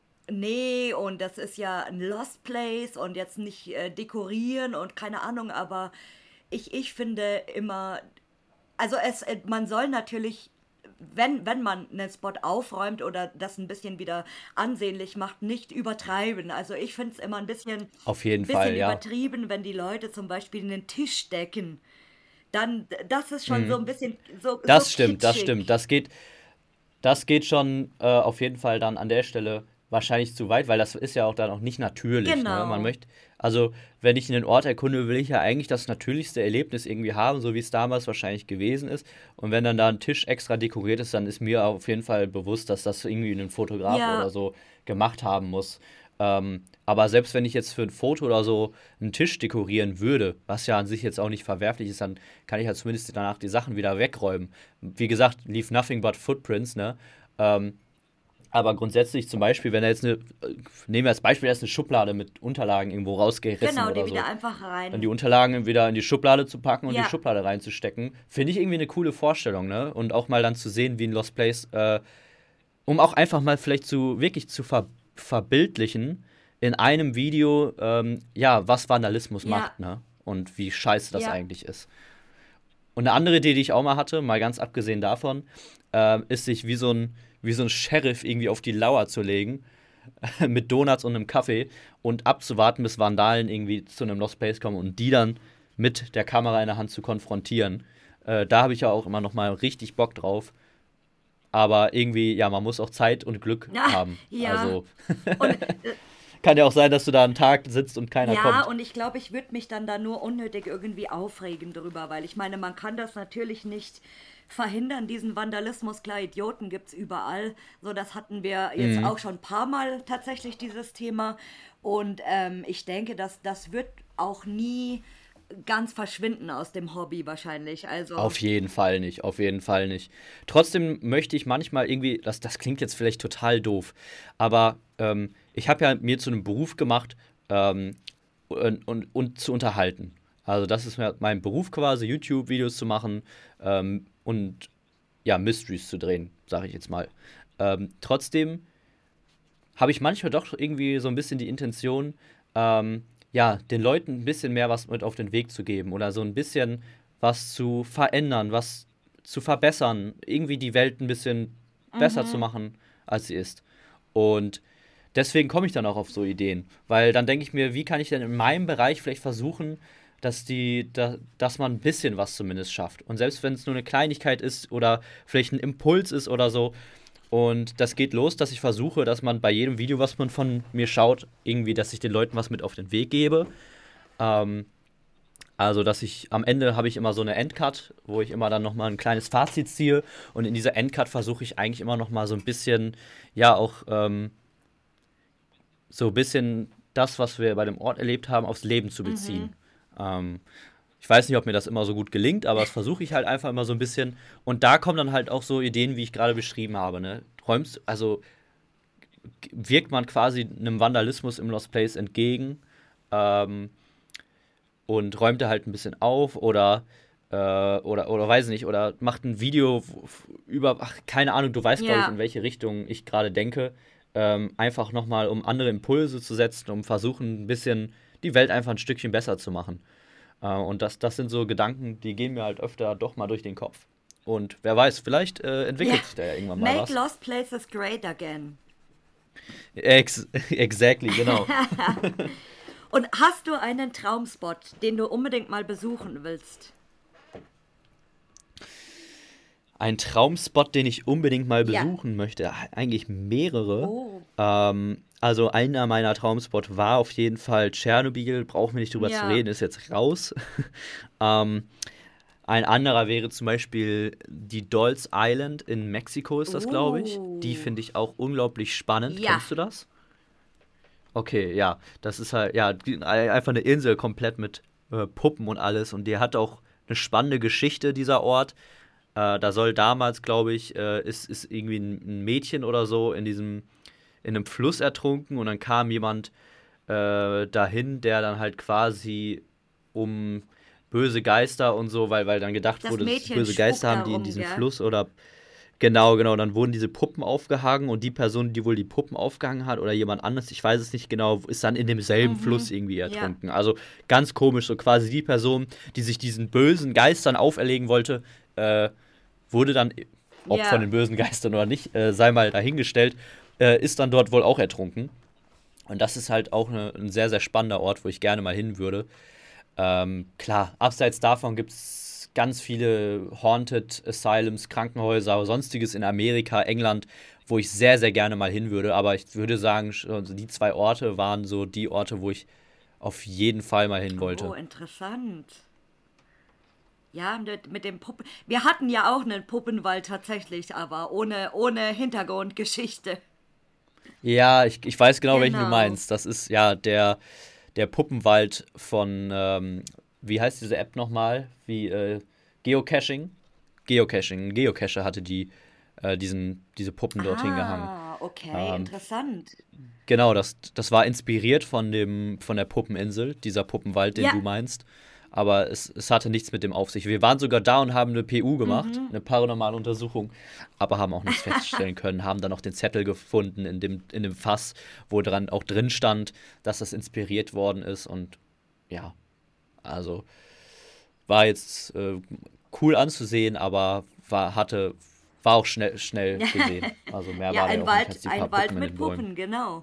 Speaker 1: nee, und das ist ja ein Lost Place und jetzt nicht dekorieren und keine Ahnung, aber ich finde immer, also man soll natürlich, wenn man einen Spot aufräumt oder das ein bisschen wieder ansehnlich macht, nicht übertreiben. Also ich finde es immer
Speaker 2: Auf jeden
Speaker 1: bisschen
Speaker 2: Fall, ja.
Speaker 1: übertrieben, wenn die Leute zum Beispiel einen Tisch decken. Dann, das ist schon so
Speaker 2: Mhm.
Speaker 1: ein bisschen so
Speaker 2: Das stimmt, das stimmt.
Speaker 1: kitschig.
Speaker 2: Das geht schon auf jeden Fall dann an der Stelle wahrscheinlich zu weit, weil das ist ja auch dann auch nicht natürlich, ne? Man
Speaker 1: Genau.
Speaker 2: möchte, also wenn ich einen Ort erkunde, will ich ja eigentlich das natürlichste Erlebnis irgendwie haben, so wie es damals wahrscheinlich gewesen ist. Und wenn dann da ein Tisch extra dekoriert ist, dann ist mir auf jeden Fall bewusst, dass das irgendwie ein Fotograf oder
Speaker 1: Ja,
Speaker 2: so gemacht haben muss. Aber selbst wenn ich jetzt für ein Foto oder so einen Tisch dekorieren würde, was ja an sich jetzt auch nicht verwerflich ist, dann kann ich ja zumindest danach die Sachen wieder wegräumen. Wie gesagt, leave nothing but footprints, ne? Ähm, aber grundsätzlich zum Beispiel, wenn er jetzt nehmen wir als Beispiel erst eine Schublade mit Unterlagen irgendwo rausgerissen
Speaker 1: genau, die
Speaker 2: oder
Speaker 1: wieder
Speaker 2: so,
Speaker 1: einfach
Speaker 2: dann die
Speaker 1: rein.
Speaker 2: Unterlagen wieder in die Schublade zu packen und die
Speaker 1: Ja,
Speaker 2: Schublade reinzustecken, finde ich irgendwie eine coole Vorstellung, ne? Und auch mal dann zu sehen, wie ein Lost Place, um auch einfach mal vielleicht wirklich zu verbildlichen in einem Video, ja, was Vandalismus
Speaker 1: ja,
Speaker 2: macht, ne? Und wie scheiße das
Speaker 1: ja.
Speaker 2: eigentlich ist. Und eine andere Idee, die ich auch mal hatte, mal ganz abgesehen davon, ist sich wie so ein Sheriff irgendwie auf die Lauer zu legen, mit Donuts und einem Kaffee und abzuwarten, bis Vandalen irgendwie zu einem Lost Place kommen und die dann mit der Kamera in der Hand zu konfrontieren. Da habe ich ja auch immer noch mal richtig Bock drauf. Aber irgendwie, ja, man muss auch Zeit und Glück
Speaker 1: Ja,
Speaker 2: haben.
Speaker 1: ja.
Speaker 2: Also
Speaker 1: Und
Speaker 2: kann ja auch sein, dass du da einen Tag sitzt und keiner
Speaker 1: ja,
Speaker 2: kommt.
Speaker 1: und ich glaube, ich würde mich dann da nur unnötig irgendwie aufregen drüber, weil ich meine, man kann das natürlich nicht verhindern, diesen Vandalismus. Klar, Idioten gibt es überall. So, das hatten wir jetzt
Speaker 2: Mhm.
Speaker 1: auch schon ein paar Mal tatsächlich, dieses Thema. Und ich denke, dass das wird auch nie ganz verschwinden aus dem Hobby wahrscheinlich. Also,
Speaker 2: Auf jeden Fall nicht, auf jeden Fall nicht. Trotzdem möchte ich manchmal irgendwie, das klingt jetzt vielleicht total doof, aber ich habe ja mir zu einem Beruf gemacht, ähm, und zu unterhalten. Also das ist mein Beruf quasi, YouTube-Videos zu machen und ja, Mysteries zu drehen, sage ich jetzt mal. Trotzdem habe ich manchmal doch irgendwie so ein bisschen die Intention, ja, den Leuten ein bisschen mehr was mit auf den Weg zu geben oder so ein bisschen was zu verändern, was zu verbessern, irgendwie die Welt ein bisschen besser zu
Speaker 1: mhm,
Speaker 2: machen, als sie ist. Und deswegen komme ich dann auch auf so Ideen, weil dann denke ich mir, wie kann ich denn in meinem Bereich vielleicht versuchen, dass man ein bisschen was zumindest schafft. Und selbst wenn es nur eine Kleinigkeit ist oder vielleicht ein Impuls ist oder so, und das geht los, dass ich versuche, dass man bei jedem Video, was man von mir schaut, irgendwie, dass ich den Leuten was mit auf den Weg gebe. Ähm, also, dass ich am Ende habe ich immer so eine Endcut, wo ich immer dann nochmal ein kleines Fazit ziehe. Und in dieser Endcut versuche ich eigentlich immer nochmal so ein bisschen, ja, auch so ein bisschen das, was wir bei dem Ort erlebt haben, aufs Leben zu
Speaker 1: mhm.
Speaker 2: beziehen. Ähm, ich weiß nicht, ob mir das immer so gut gelingt, aber das versuche ich halt einfach immer so ein bisschen. Und da kommen dann halt auch so Ideen, wie ich gerade beschrieben habe. Ne? Also wirkt man quasi einem Vandalismus im Lost Place entgegen ähm, und räumt er halt ein bisschen auf oder weiß nicht, oder macht ein Video über, ach, keine Ahnung, du weißt, glaube ich, in
Speaker 1: Ja,
Speaker 2: welche Richtung ich gerade denke. Einfach nochmal, um andere Impulse zu setzen, um versuchen, ein bisschen die Welt einfach ein Stückchen besser zu machen. Und das sind so Gedanken, die gehen mir halt öfter doch mal durch den Kopf. Und wer weiß, vielleicht
Speaker 1: ja.
Speaker 2: entwickelt sich da ja irgendwann mal
Speaker 1: Make
Speaker 2: was.
Speaker 1: lost places great again.
Speaker 2: Exactly, genau.
Speaker 1: Und hast du einen Traumspot, den du unbedingt mal besuchen willst?
Speaker 2: Ein Traumspot, den ich unbedingt mal
Speaker 1: Ja.
Speaker 2: besuchen möchte, eigentlich mehrere.
Speaker 1: Oh,
Speaker 2: Also einer meiner Traumspots war auf jeden Fall Tschernobyl, brauchen wir nicht drüber zu
Speaker 1: ja.
Speaker 2: reden, ist jetzt raus. ähm, ein anderer wäre zum Beispiel die Dolls Island in Mexiko, ist das, glaube ich. Die
Speaker 1: Uh.
Speaker 2: finde ich auch unglaublich spannend.
Speaker 1: Ja.
Speaker 2: Kennst du das? Okay, ja, das ist halt, ja, einfach eine Insel komplett mit Puppen und alles. Und die hat auch eine spannende Geschichte, dieser Ort. Da soll damals, glaube ich, ist irgendwie ein Mädchen oder so in einem Fluss ertrunken und dann kam jemand dahin, der dann halt quasi um böse Geister und so, weil dann gedacht
Speaker 1: Das
Speaker 2: wurde, dass
Speaker 1: Mädchen
Speaker 2: böse Geister
Speaker 1: spukt
Speaker 2: haben, die in
Speaker 1: darum,
Speaker 2: diesem
Speaker 1: gell?
Speaker 2: Fluss oder genau, dann wurden diese Puppen aufgehangen und die Person, die wohl die Puppen aufgehangen hat oder jemand anderes, ich weiß es nicht genau, ist dann in demselben Fluss
Speaker 1: Mhm.
Speaker 2: irgendwie
Speaker 1: Ja.
Speaker 2: ertrunken. Also ganz komisch, so quasi die Person, die sich diesen bösen Geistern auferlegen wollte, äh, wurde dann, ob von
Speaker 1: Ja.
Speaker 2: den bösen Geistern oder nicht, sei mal dahingestellt, ist dann dort wohl auch ertrunken. Und das ist halt auch ein sehr, sehr spannender Ort, wo ich gerne mal hin würde. Klar, abseits davon gibt es ganz viele Haunted Asylums, Krankenhäuser, sonstiges in Amerika, England, wo ich sehr, sehr gerne mal hin würde. Aber ich würde sagen, also die zwei Orte waren so die Orte, wo ich auf jeden Fall mal hin
Speaker 1: Oh,
Speaker 2: wollte.
Speaker 1: interessant. Ja, mit dem Puppen. Wir hatten ja auch einen Puppenwald tatsächlich, aber ohne Hintergrundgeschichte.
Speaker 2: Ja, ich weiß genau, welchen du
Speaker 1: Genau.
Speaker 2: meinst. Das ist ja der Puppenwald von, wie heißt diese App nochmal? Geocaching? Geocaching. Ein Geocacher hatte diese Puppen dort hingehangen.
Speaker 1: Ah, okay,
Speaker 2: Ähm,
Speaker 1: interessant.
Speaker 2: genau, das war inspiriert von der Puppeninsel, dieser Puppenwald, den
Speaker 1: Ja,
Speaker 2: du meinst. Aber es hatte nichts mit dem auf sich. Wir waren sogar da und haben eine PU gemacht,
Speaker 1: mhm.
Speaker 2: eine paranormale Untersuchung, aber haben auch nichts feststellen können, haben dann noch den Zettel gefunden in dem Fass, wo dran auch drin stand, dass das inspiriert worden ist. Und ja, also war jetzt cool anzusehen, aber war auch schnell gesehen. Also mehr
Speaker 1: Ja,
Speaker 2: war da ja auch nicht als die paar
Speaker 1: Ein Wald
Speaker 2: Puppen in
Speaker 1: mit
Speaker 2: den Bäumen.
Speaker 1: Puppen, genau.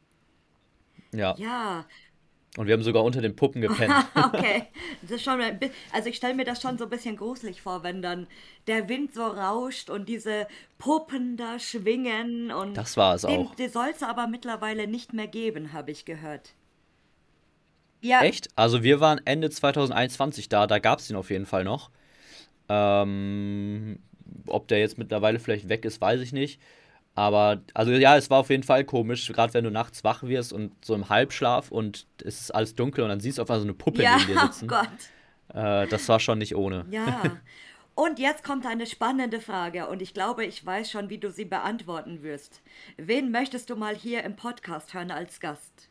Speaker 2: Ja.
Speaker 1: Ja,
Speaker 2: Und wir haben sogar unter den Puppen gepennt.
Speaker 1: okay. Das ist schon also ich stelle mir das schon so ein bisschen gruselig vor, wenn dann der Wind so rauscht und diese Puppen da schwingen und
Speaker 2: Das war es auch.
Speaker 1: die soll es aber mittlerweile nicht mehr geben, habe ich gehört. Ja,
Speaker 2: Echt? Also wir waren Ende 2021 da gab es den auf jeden Fall noch. Ähm, ob der jetzt mittlerweile vielleicht weg ist, weiß ich nicht. Aber, also ja, es war auf jeden Fall komisch, gerade wenn du nachts wach wirst und so im Halbschlaf und es ist alles dunkel und dann siehst du auf einmal so eine Puppe
Speaker 1: ja,
Speaker 2: neben dir
Speaker 1: oh
Speaker 2: sitzen.
Speaker 1: Gott.
Speaker 2: Das war schon nicht ohne.
Speaker 1: Ja. Und jetzt kommt eine spannende Frage und ich glaube, ich weiß schon, wie du sie beantworten wirst. Wen möchtest du mal hier im Podcast hören als Gast?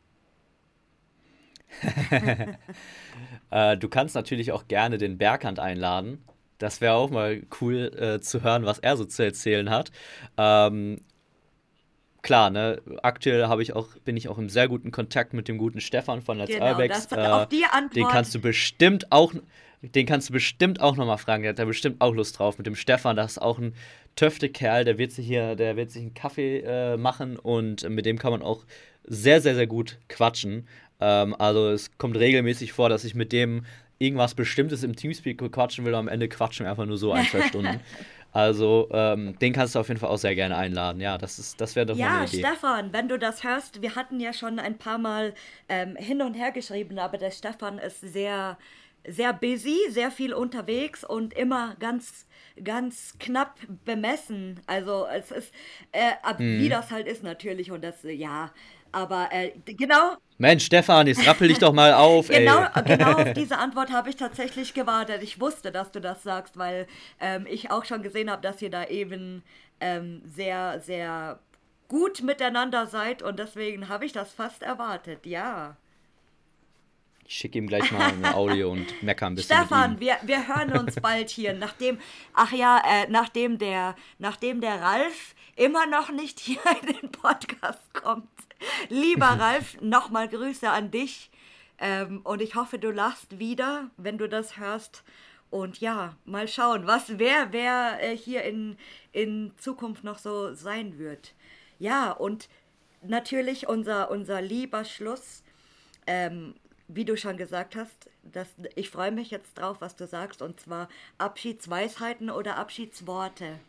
Speaker 2: Du kannst natürlich auch gerne den Berghand einladen. Das wäre auch mal cool zu hören, was er so zu erzählen hat. Ähm, Klar, ne, aktuell bin ich auch im sehr guten Kontakt mit dem guten Stefan von Let's
Speaker 1: Genau,
Speaker 2: Urbex.
Speaker 1: das auf die
Speaker 2: Den
Speaker 1: Antwort.
Speaker 2: kannst du bestimmt auch, den kannst du bestimmt auch nochmal fragen. Der hat da bestimmt auch Lust drauf. Mit dem Stefan, das ist auch ein Töfte-Kerl, der wird sich einen Kaffee machen und mit dem kann man auch sehr, sehr, sehr gut quatschen. Also es kommt regelmäßig vor, dass ich mit dem irgendwas Bestimmtes im Teamspeak quatschen will, und am Ende quatschen wir einfach nur so 1, 2 Stunden. Also, den kannst du auf jeden Fall auch sehr gerne einladen. Ja, das wäre doch mal eine
Speaker 1: Ja,
Speaker 2: Idee.
Speaker 1: Stefan, wenn du das hörst, wir hatten ja schon ein paar Mal hin und her geschrieben, aber der Stefan ist sehr, sehr busy, sehr viel unterwegs und immer ganz, ganz knapp bemessen. Also es ist, wie
Speaker 2: Mhm.
Speaker 1: das halt ist natürlich und das, ja, aber genau,
Speaker 2: Mensch, Stefan, jetzt rappel dich doch mal auf,
Speaker 1: genau,
Speaker 2: ey.
Speaker 1: genau auf diese Antwort habe ich tatsächlich gewartet. Ich wusste, dass du das sagst, weil ich auch schon gesehen habe, dass ihr da eben sehr, sehr gut miteinander seid und deswegen habe ich das fast erwartet, ja.
Speaker 2: Ich schicke ihm gleich mal ein Audio und mecker ein bisschen mit ihm.
Speaker 1: Stefan, wir hören uns bald hier, ach ja, nachdem der Ralf immer noch nicht hier in den Podcast kommt. Lieber Ralf, nochmal Grüße an dich und ich hoffe, du lachst wieder, wenn du das hörst. Und ja, mal schauen, wer hier in Zukunft noch so sein wird. Ja, und natürlich unser lieber Schluss wie du schon gesagt hast, ich freue mich jetzt drauf, was du sagst, und zwar Abschiedsweisheiten oder Abschiedsworte.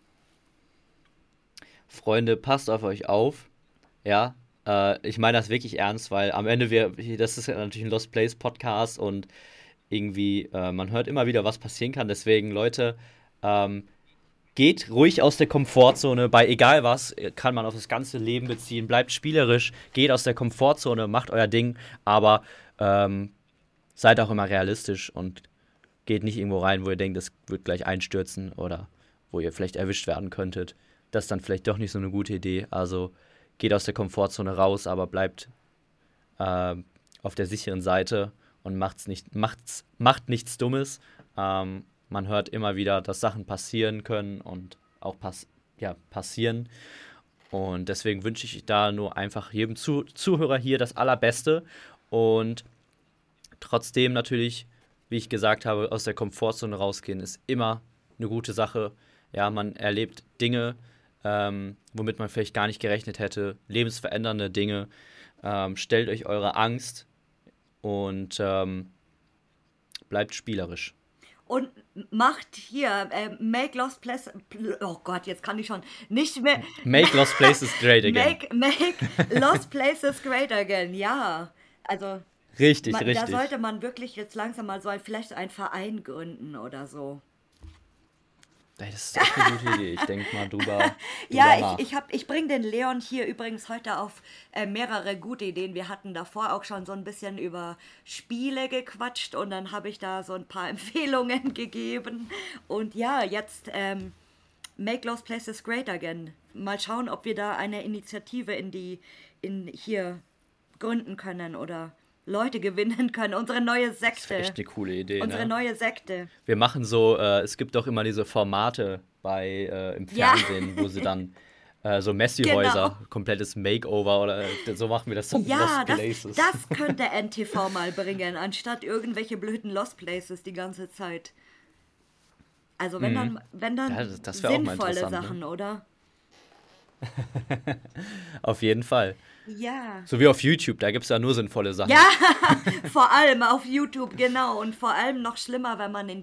Speaker 2: Freunde, passt auf euch auf. Ja, ich meine das wirklich ernst, weil am Ende das ist ja natürlich ein Lost Place Podcast und irgendwie, man hört immer wieder, was passieren kann. Deswegen, Leute, ähm, geht ruhig aus der Komfortzone. Bei egal was kann man auf das ganze Leben beziehen. Bleibt spielerisch, geht aus der Komfortzone, macht euer Ding, aber ähm, seid auch immer realistisch und geht nicht irgendwo rein, wo ihr denkt, das wird gleich einstürzen oder wo ihr vielleicht erwischt werden könntet. Das ist dann vielleicht doch nicht so eine gute Idee. Also geht aus der Komfortzone raus, aber bleibt äh, auf der sicheren Seite und macht nichts Dummes. Man hört immer wieder, dass Sachen passieren können und auch passieren. Und deswegen wünsche ich da nur einfach jedem Zuhörer hier das Allerbeste. Und trotzdem natürlich, wie ich gesagt habe, aus der Komfortzone rausgehen ist immer eine gute Sache. Ja, man erlebt Dinge, womit man vielleicht gar nicht gerechnet hätte, lebensverändernde Dinge. Stellt euch eure Angst und bleibt spielerisch.
Speaker 1: Und macht hier, make Lost Places, oh Gott, jetzt kann ich schon nicht mehr,
Speaker 2: Make Lost Places great again.
Speaker 1: make Lost Places great again, ja. Also,
Speaker 2: Richtig,
Speaker 1: da
Speaker 2: richtig.
Speaker 1: sollte man wirklich jetzt langsam mal vielleicht einen Verein gründen oder so.
Speaker 2: Ey, das ist echt eine gute Idee. Ich denke mal drüber
Speaker 1: Ja,
Speaker 2: nach.
Speaker 1: ich bringe den Leon hier übrigens heute auf mehrere gute Ideen. Wir hatten davor auch schon so ein bisschen über Spiele gequatscht und dann habe ich da so ein paar Empfehlungen gegeben. Und ja, jetzt Make Lost Places Great Again. Mal schauen, ob wir da eine Initiative in hier gründen können oder Leute gewinnen können. Unsere neue
Speaker 2: Das wäre
Speaker 1: Sekte.
Speaker 2: echt eine coole Idee,
Speaker 1: Unsere
Speaker 2: ne?
Speaker 1: neue Sekte.
Speaker 2: Wir machen so, es gibt doch immer diese Formate im
Speaker 1: Ja,
Speaker 2: Fernsehen, wo sie dann so
Speaker 1: genau.
Speaker 2: Messi-Häuser, komplettes Makeover oder so machen wir das dann in
Speaker 1: Ja,
Speaker 2: Lost Places.
Speaker 1: das könnte NTV mal bringen, anstatt irgendwelche blöden Lost Places die ganze Zeit. Also
Speaker 2: Mhm.
Speaker 1: wenn
Speaker 2: Ja,
Speaker 1: dann
Speaker 2: das wäre auch mal
Speaker 1: sinnvolle
Speaker 2: interessant, ne?
Speaker 1: Sachen, oder?
Speaker 2: Auf jeden Fall.
Speaker 1: Ja.
Speaker 2: So wie auf YouTube, da gibt es ja nur sinnvolle
Speaker 1: Ja,
Speaker 2: Sachen.
Speaker 1: vor allem auf YouTube, genau. Und vor allem noch schlimmer, wenn man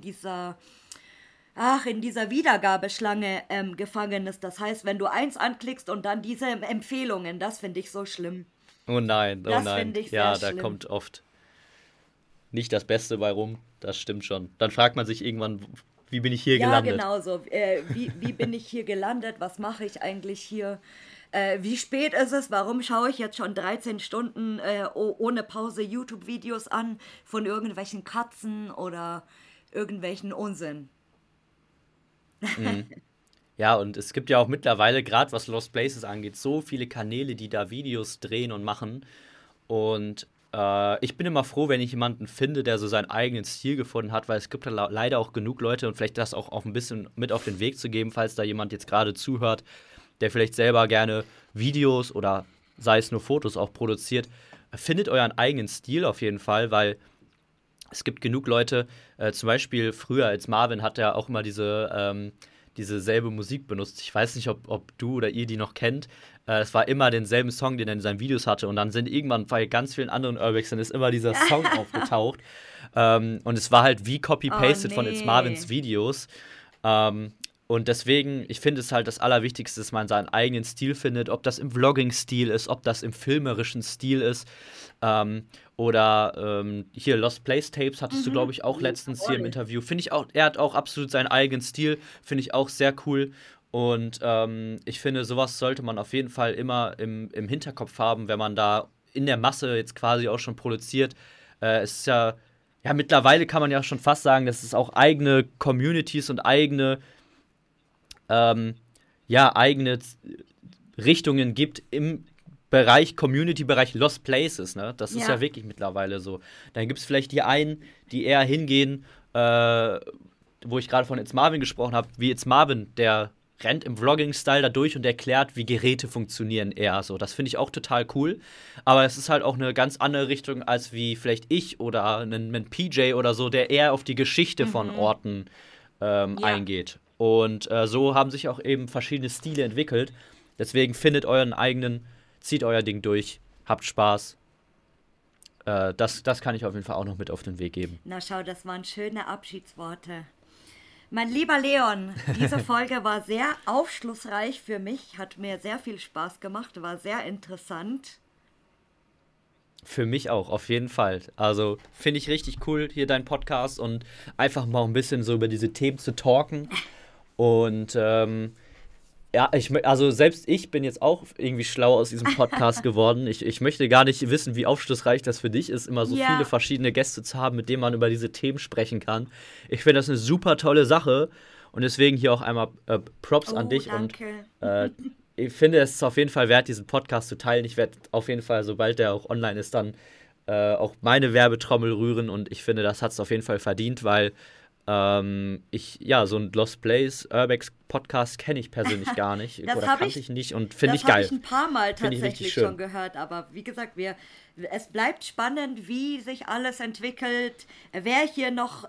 Speaker 1: in dieser Wiedergabeschlange gefangen ist. Das heißt, wenn du eins anklickst und dann diese Empfehlungen, das finde ich so schlimm.
Speaker 2: Oh nein, oh
Speaker 1: Das
Speaker 2: nein.
Speaker 1: finde ich sehr
Speaker 2: Ja, da
Speaker 1: schlimm.
Speaker 2: kommt oft nicht das Beste bei rum. Das stimmt schon. Dann fragt man sich irgendwann, wie bin ich hier
Speaker 1: Ja,
Speaker 2: gelandet?
Speaker 1: genau so. Wie bin ich hier gelandet? Was mache ich eigentlich hier? wie spät ist es? Warum schaue ich jetzt schon 13 Stunden ohne Pause YouTube-Videos an von irgendwelchen Katzen oder irgendwelchen Unsinn?
Speaker 2: Mhm. Ja, und es gibt ja auch mittlerweile, gerade was Lost Places angeht, so viele Kanäle, die da Videos drehen und machen. Und ich bin immer froh, wenn ich jemanden finde, der so seinen eigenen Stil gefunden hat, weil es gibt da leider auch genug Leute und vielleicht das auch ein bisschen mit auf den Weg zu geben, falls da jemand jetzt gerade zuhört, der vielleicht selber gerne Videos oder sei es nur Fotos auch produziert. Findet euren eigenen Stil auf jeden Fall, weil es gibt genug Leute, zum Beispiel früher als Marvin hat er auch immer diese selbe Musik benutzt. Ich weiß nicht, ob du oder ihr die noch kennt. Es war immer denselben Song, den er in seinen Videos hatte. Und dann sind irgendwann bei ganz vielen anderen Urbexen ist immer dieser Song aufgetaucht. Und es war halt wie
Speaker 1: Oh
Speaker 2: copy-pasted von It's
Speaker 1: nee.
Speaker 2: Marvins Videos. Ähm, und deswegen, ich finde es halt das Allerwichtigste, dass man seinen eigenen Stil findet, ob das im Vlogging-Stil ist, ob das im filmerischen Stil ist. Oder hier Lost Place Tapes hattest du, glaube
Speaker 1: Mhm.
Speaker 2: ich, auch letztens hier im
Speaker 1: Jawohl.
Speaker 2: Interview. Finde ich auch, er hat auch absolut seinen eigenen Stil, finde ich auch sehr cool. Und ich finde, sowas sollte man auf jeden Fall immer im Hinterkopf haben, wenn man da in der Masse jetzt quasi auch schon produziert. Es ist ja, mittlerweile kann man ja schon fast sagen, dass es auch eigene Communities und ähm, eigene Richtungen gibt im Community-Bereich Lost Places, ne? Das ist ja
Speaker 1: Ja.
Speaker 2: wirklich mittlerweile so. Dann gibt es vielleicht die einen, die eher hingehen, wo ich gerade von It's Marvin gesprochen habe, wie It's Marvin, der rennt im Vlogging-Style da durch und erklärt, wie Geräte funktionieren eher so. Das finde ich auch total cool. Aber es ist halt auch eine ganz andere Richtung, als wie vielleicht ich oder ein PJ oder so, der eher auf die Geschichte von
Speaker 1: Mhm.
Speaker 2: Orten
Speaker 1: Ja.
Speaker 2: eingeht. Und so haben sich auch eben verschiedene Stile entwickelt. Deswegen findet euren eigenen, zieht euer Ding durch, habt Spaß. Das kann ich auf jeden Fall auch noch mit auf den Weg geben.
Speaker 1: Na schau, das waren schöne Abschiedsworte. Mein lieber Leon, diese Folge war sehr aufschlussreich für mich, hat mir sehr viel Spaß gemacht, war sehr interessant.
Speaker 2: Für mich auch, auf jeden Fall. Also finde ich richtig cool, hier dein Podcast und einfach mal ein bisschen so über diese Themen zu talken. Und ja, also selbst ich bin jetzt auch irgendwie schlau aus diesem Podcast geworden. Ich möchte gar nicht wissen, wie aufschlussreich das für dich ist, immer so viele
Speaker 1: Ja,
Speaker 2: verschiedene Gäste zu haben, mit denen man über diese Themen sprechen kann. Ich finde das eine super tolle Sache und deswegen hier auch einmal Props an
Speaker 1: oh,
Speaker 2: dich und
Speaker 1: danke.
Speaker 2: äh, ich finde es ist auf jeden Fall wert, diesen Podcast zu teilen. Ich werde auf jeden Fall, sobald der auch online ist, dann auch meine Werbetrommel rühren und ich finde, das hat es auf jeden Fall verdient, weil ja, so ein Lost Place Urbex Podcast kenne ich persönlich gar nicht
Speaker 1: Das
Speaker 2: oder
Speaker 1: habe
Speaker 2: kannte
Speaker 1: ich,
Speaker 2: ich nicht und finde
Speaker 1: das
Speaker 2: ich
Speaker 1: habe
Speaker 2: geil.
Speaker 1: ich ein paar Mal
Speaker 2: Finde ich richtig
Speaker 1: tatsächlich schon
Speaker 2: schön.
Speaker 1: gehört, aber wie gesagt, es bleibt spannend, wie sich alles entwickelt, wer hier noch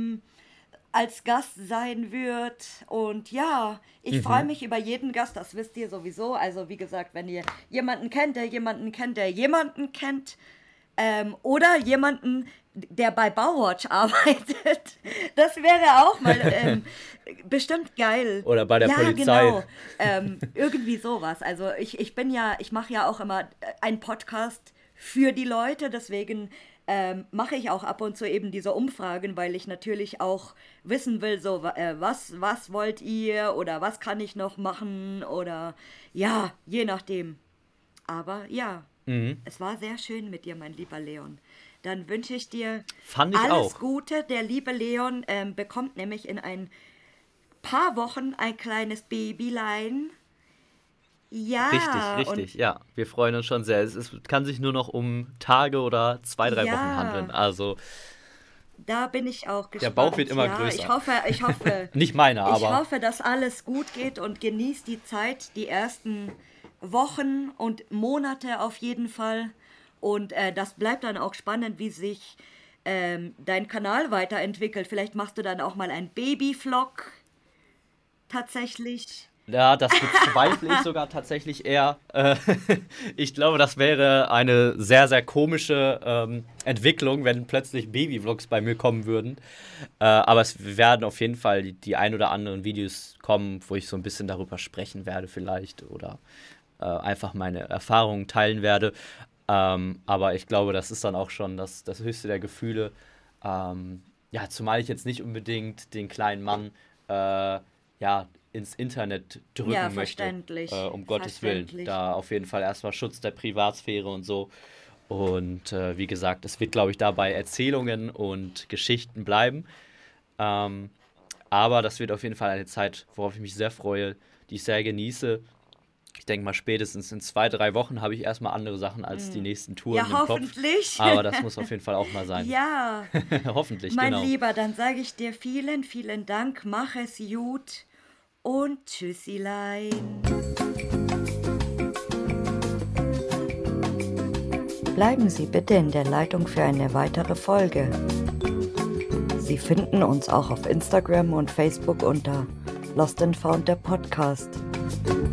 Speaker 1: als Gast sein wird. Und ja, ich freue
Speaker 2: Mhm.
Speaker 1: mich über jeden Gast, das wisst ihr sowieso. Also wie gesagt, wenn ihr jemanden kennt, der jemanden kennt, der jemanden kennt, oder jemanden, der bei Baywatch arbeitet, das wäre auch mal bestimmt geil.
Speaker 2: Oder bei der
Speaker 1: Ja,
Speaker 2: Polizei.
Speaker 1: genau. Irgendwie sowas. Also ich mache ja auch immer einen Podcast für die Leute, deswegen mache ich auch ab und zu eben diese Umfragen, weil ich natürlich auch wissen will, so was wollt ihr oder was kann ich noch machen oder ja, je nachdem. Aber ja,
Speaker 2: Mhm.
Speaker 1: es war sehr schön mit dir, mein lieber Leon. Dann wünsche ich dir
Speaker 2: Fand ich
Speaker 1: alles
Speaker 2: auch.
Speaker 1: Gute. Der liebe Leon bekommt nämlich in ein paar Wochen ein kleines Babylein.
Speaker 2: Richtig,
Speaker 1: Ja, und
Speaker 2: richtig, ja. Wir freuen uns schon sehr. Es kann sich nur noch um Tage oder 2, 3 Wochen handeln.
Speaker 1: ja,
Speaker 2: Also
Speaker 1: da bin ich auch
Speaker 2: der Bauch wird
Speaker 1: gespannt.
Speaker 2: immer
Speaker 1: Ja,
Speaker 2: größer. Nicht meiner,
Speaker 1: ich
Speaker 2: aber
Speaker 1: hoffe, dass alles gut geht und genießt die Zeit, die ersten Wochen und Monate auf jeden Fall. Und das bleibt dann auch spannend, wie sich dein Kanal weiterentwickelt. Vielleicht machst du dann auch mal ein Baby-Vlog tatsächlich.
Speaker 2: ja, das bezweifle ich sogar tatsächlich eher. Ich glaube, das wäre eine sehr, sehr komische Entwicklung, wenn plötzlich Baby-Vlogs bei mir kommen würden. Aber es werden auf jeden Fall die ein oder anderen Videos kommen, wo ich so ein bisschen darüber sprechen werde vielleicht oder einfach meine Erfahrungen teilen werde. Aber ich glaube, das ist dann auch schon das höchste der Gefühle. Ja, zumal ich jetzt nicht unbedingt den kleinen Mann ja, ins Internet drücken
Speaker 1: Ja,
Speaker 2: möchte.
Speaker 1: verständlich.
Speaker 2: Um Gottes Willen. Da auf jeden Fall erstmal Schutz der Privatsphäre und so. Und wie gesagt, es wird, glaube ich, dabei Erzählungen und Geschichten bleiben. Aber das wird auf jeden Fall eine Zeit, worauf ich mich sehr freue, die ich sehr genieße. Ich denke mal, spätestens in 2-3 Wochen habe ich erstmal andere Sachen als die nächsten Touren im Kopf.
Speaker 1: Hoffentlich.
Speaker 2: Aber das muss auf jeden Fall auch mal sein.
Speaker 1: Ja.
Speaker 2: Hoffentlich,
Speaker 1: mein
Speaker 2: genau.
Speaker 1: Lieber, dann sage ich dir vielen, vielen Dank. Mach es gut und tschüssilein. Bleiben Sie bitte in der Leitung für eine weitere Folge. Sie finden uns auch auf Instagram und Facebook unter Lost and Found der Podcast.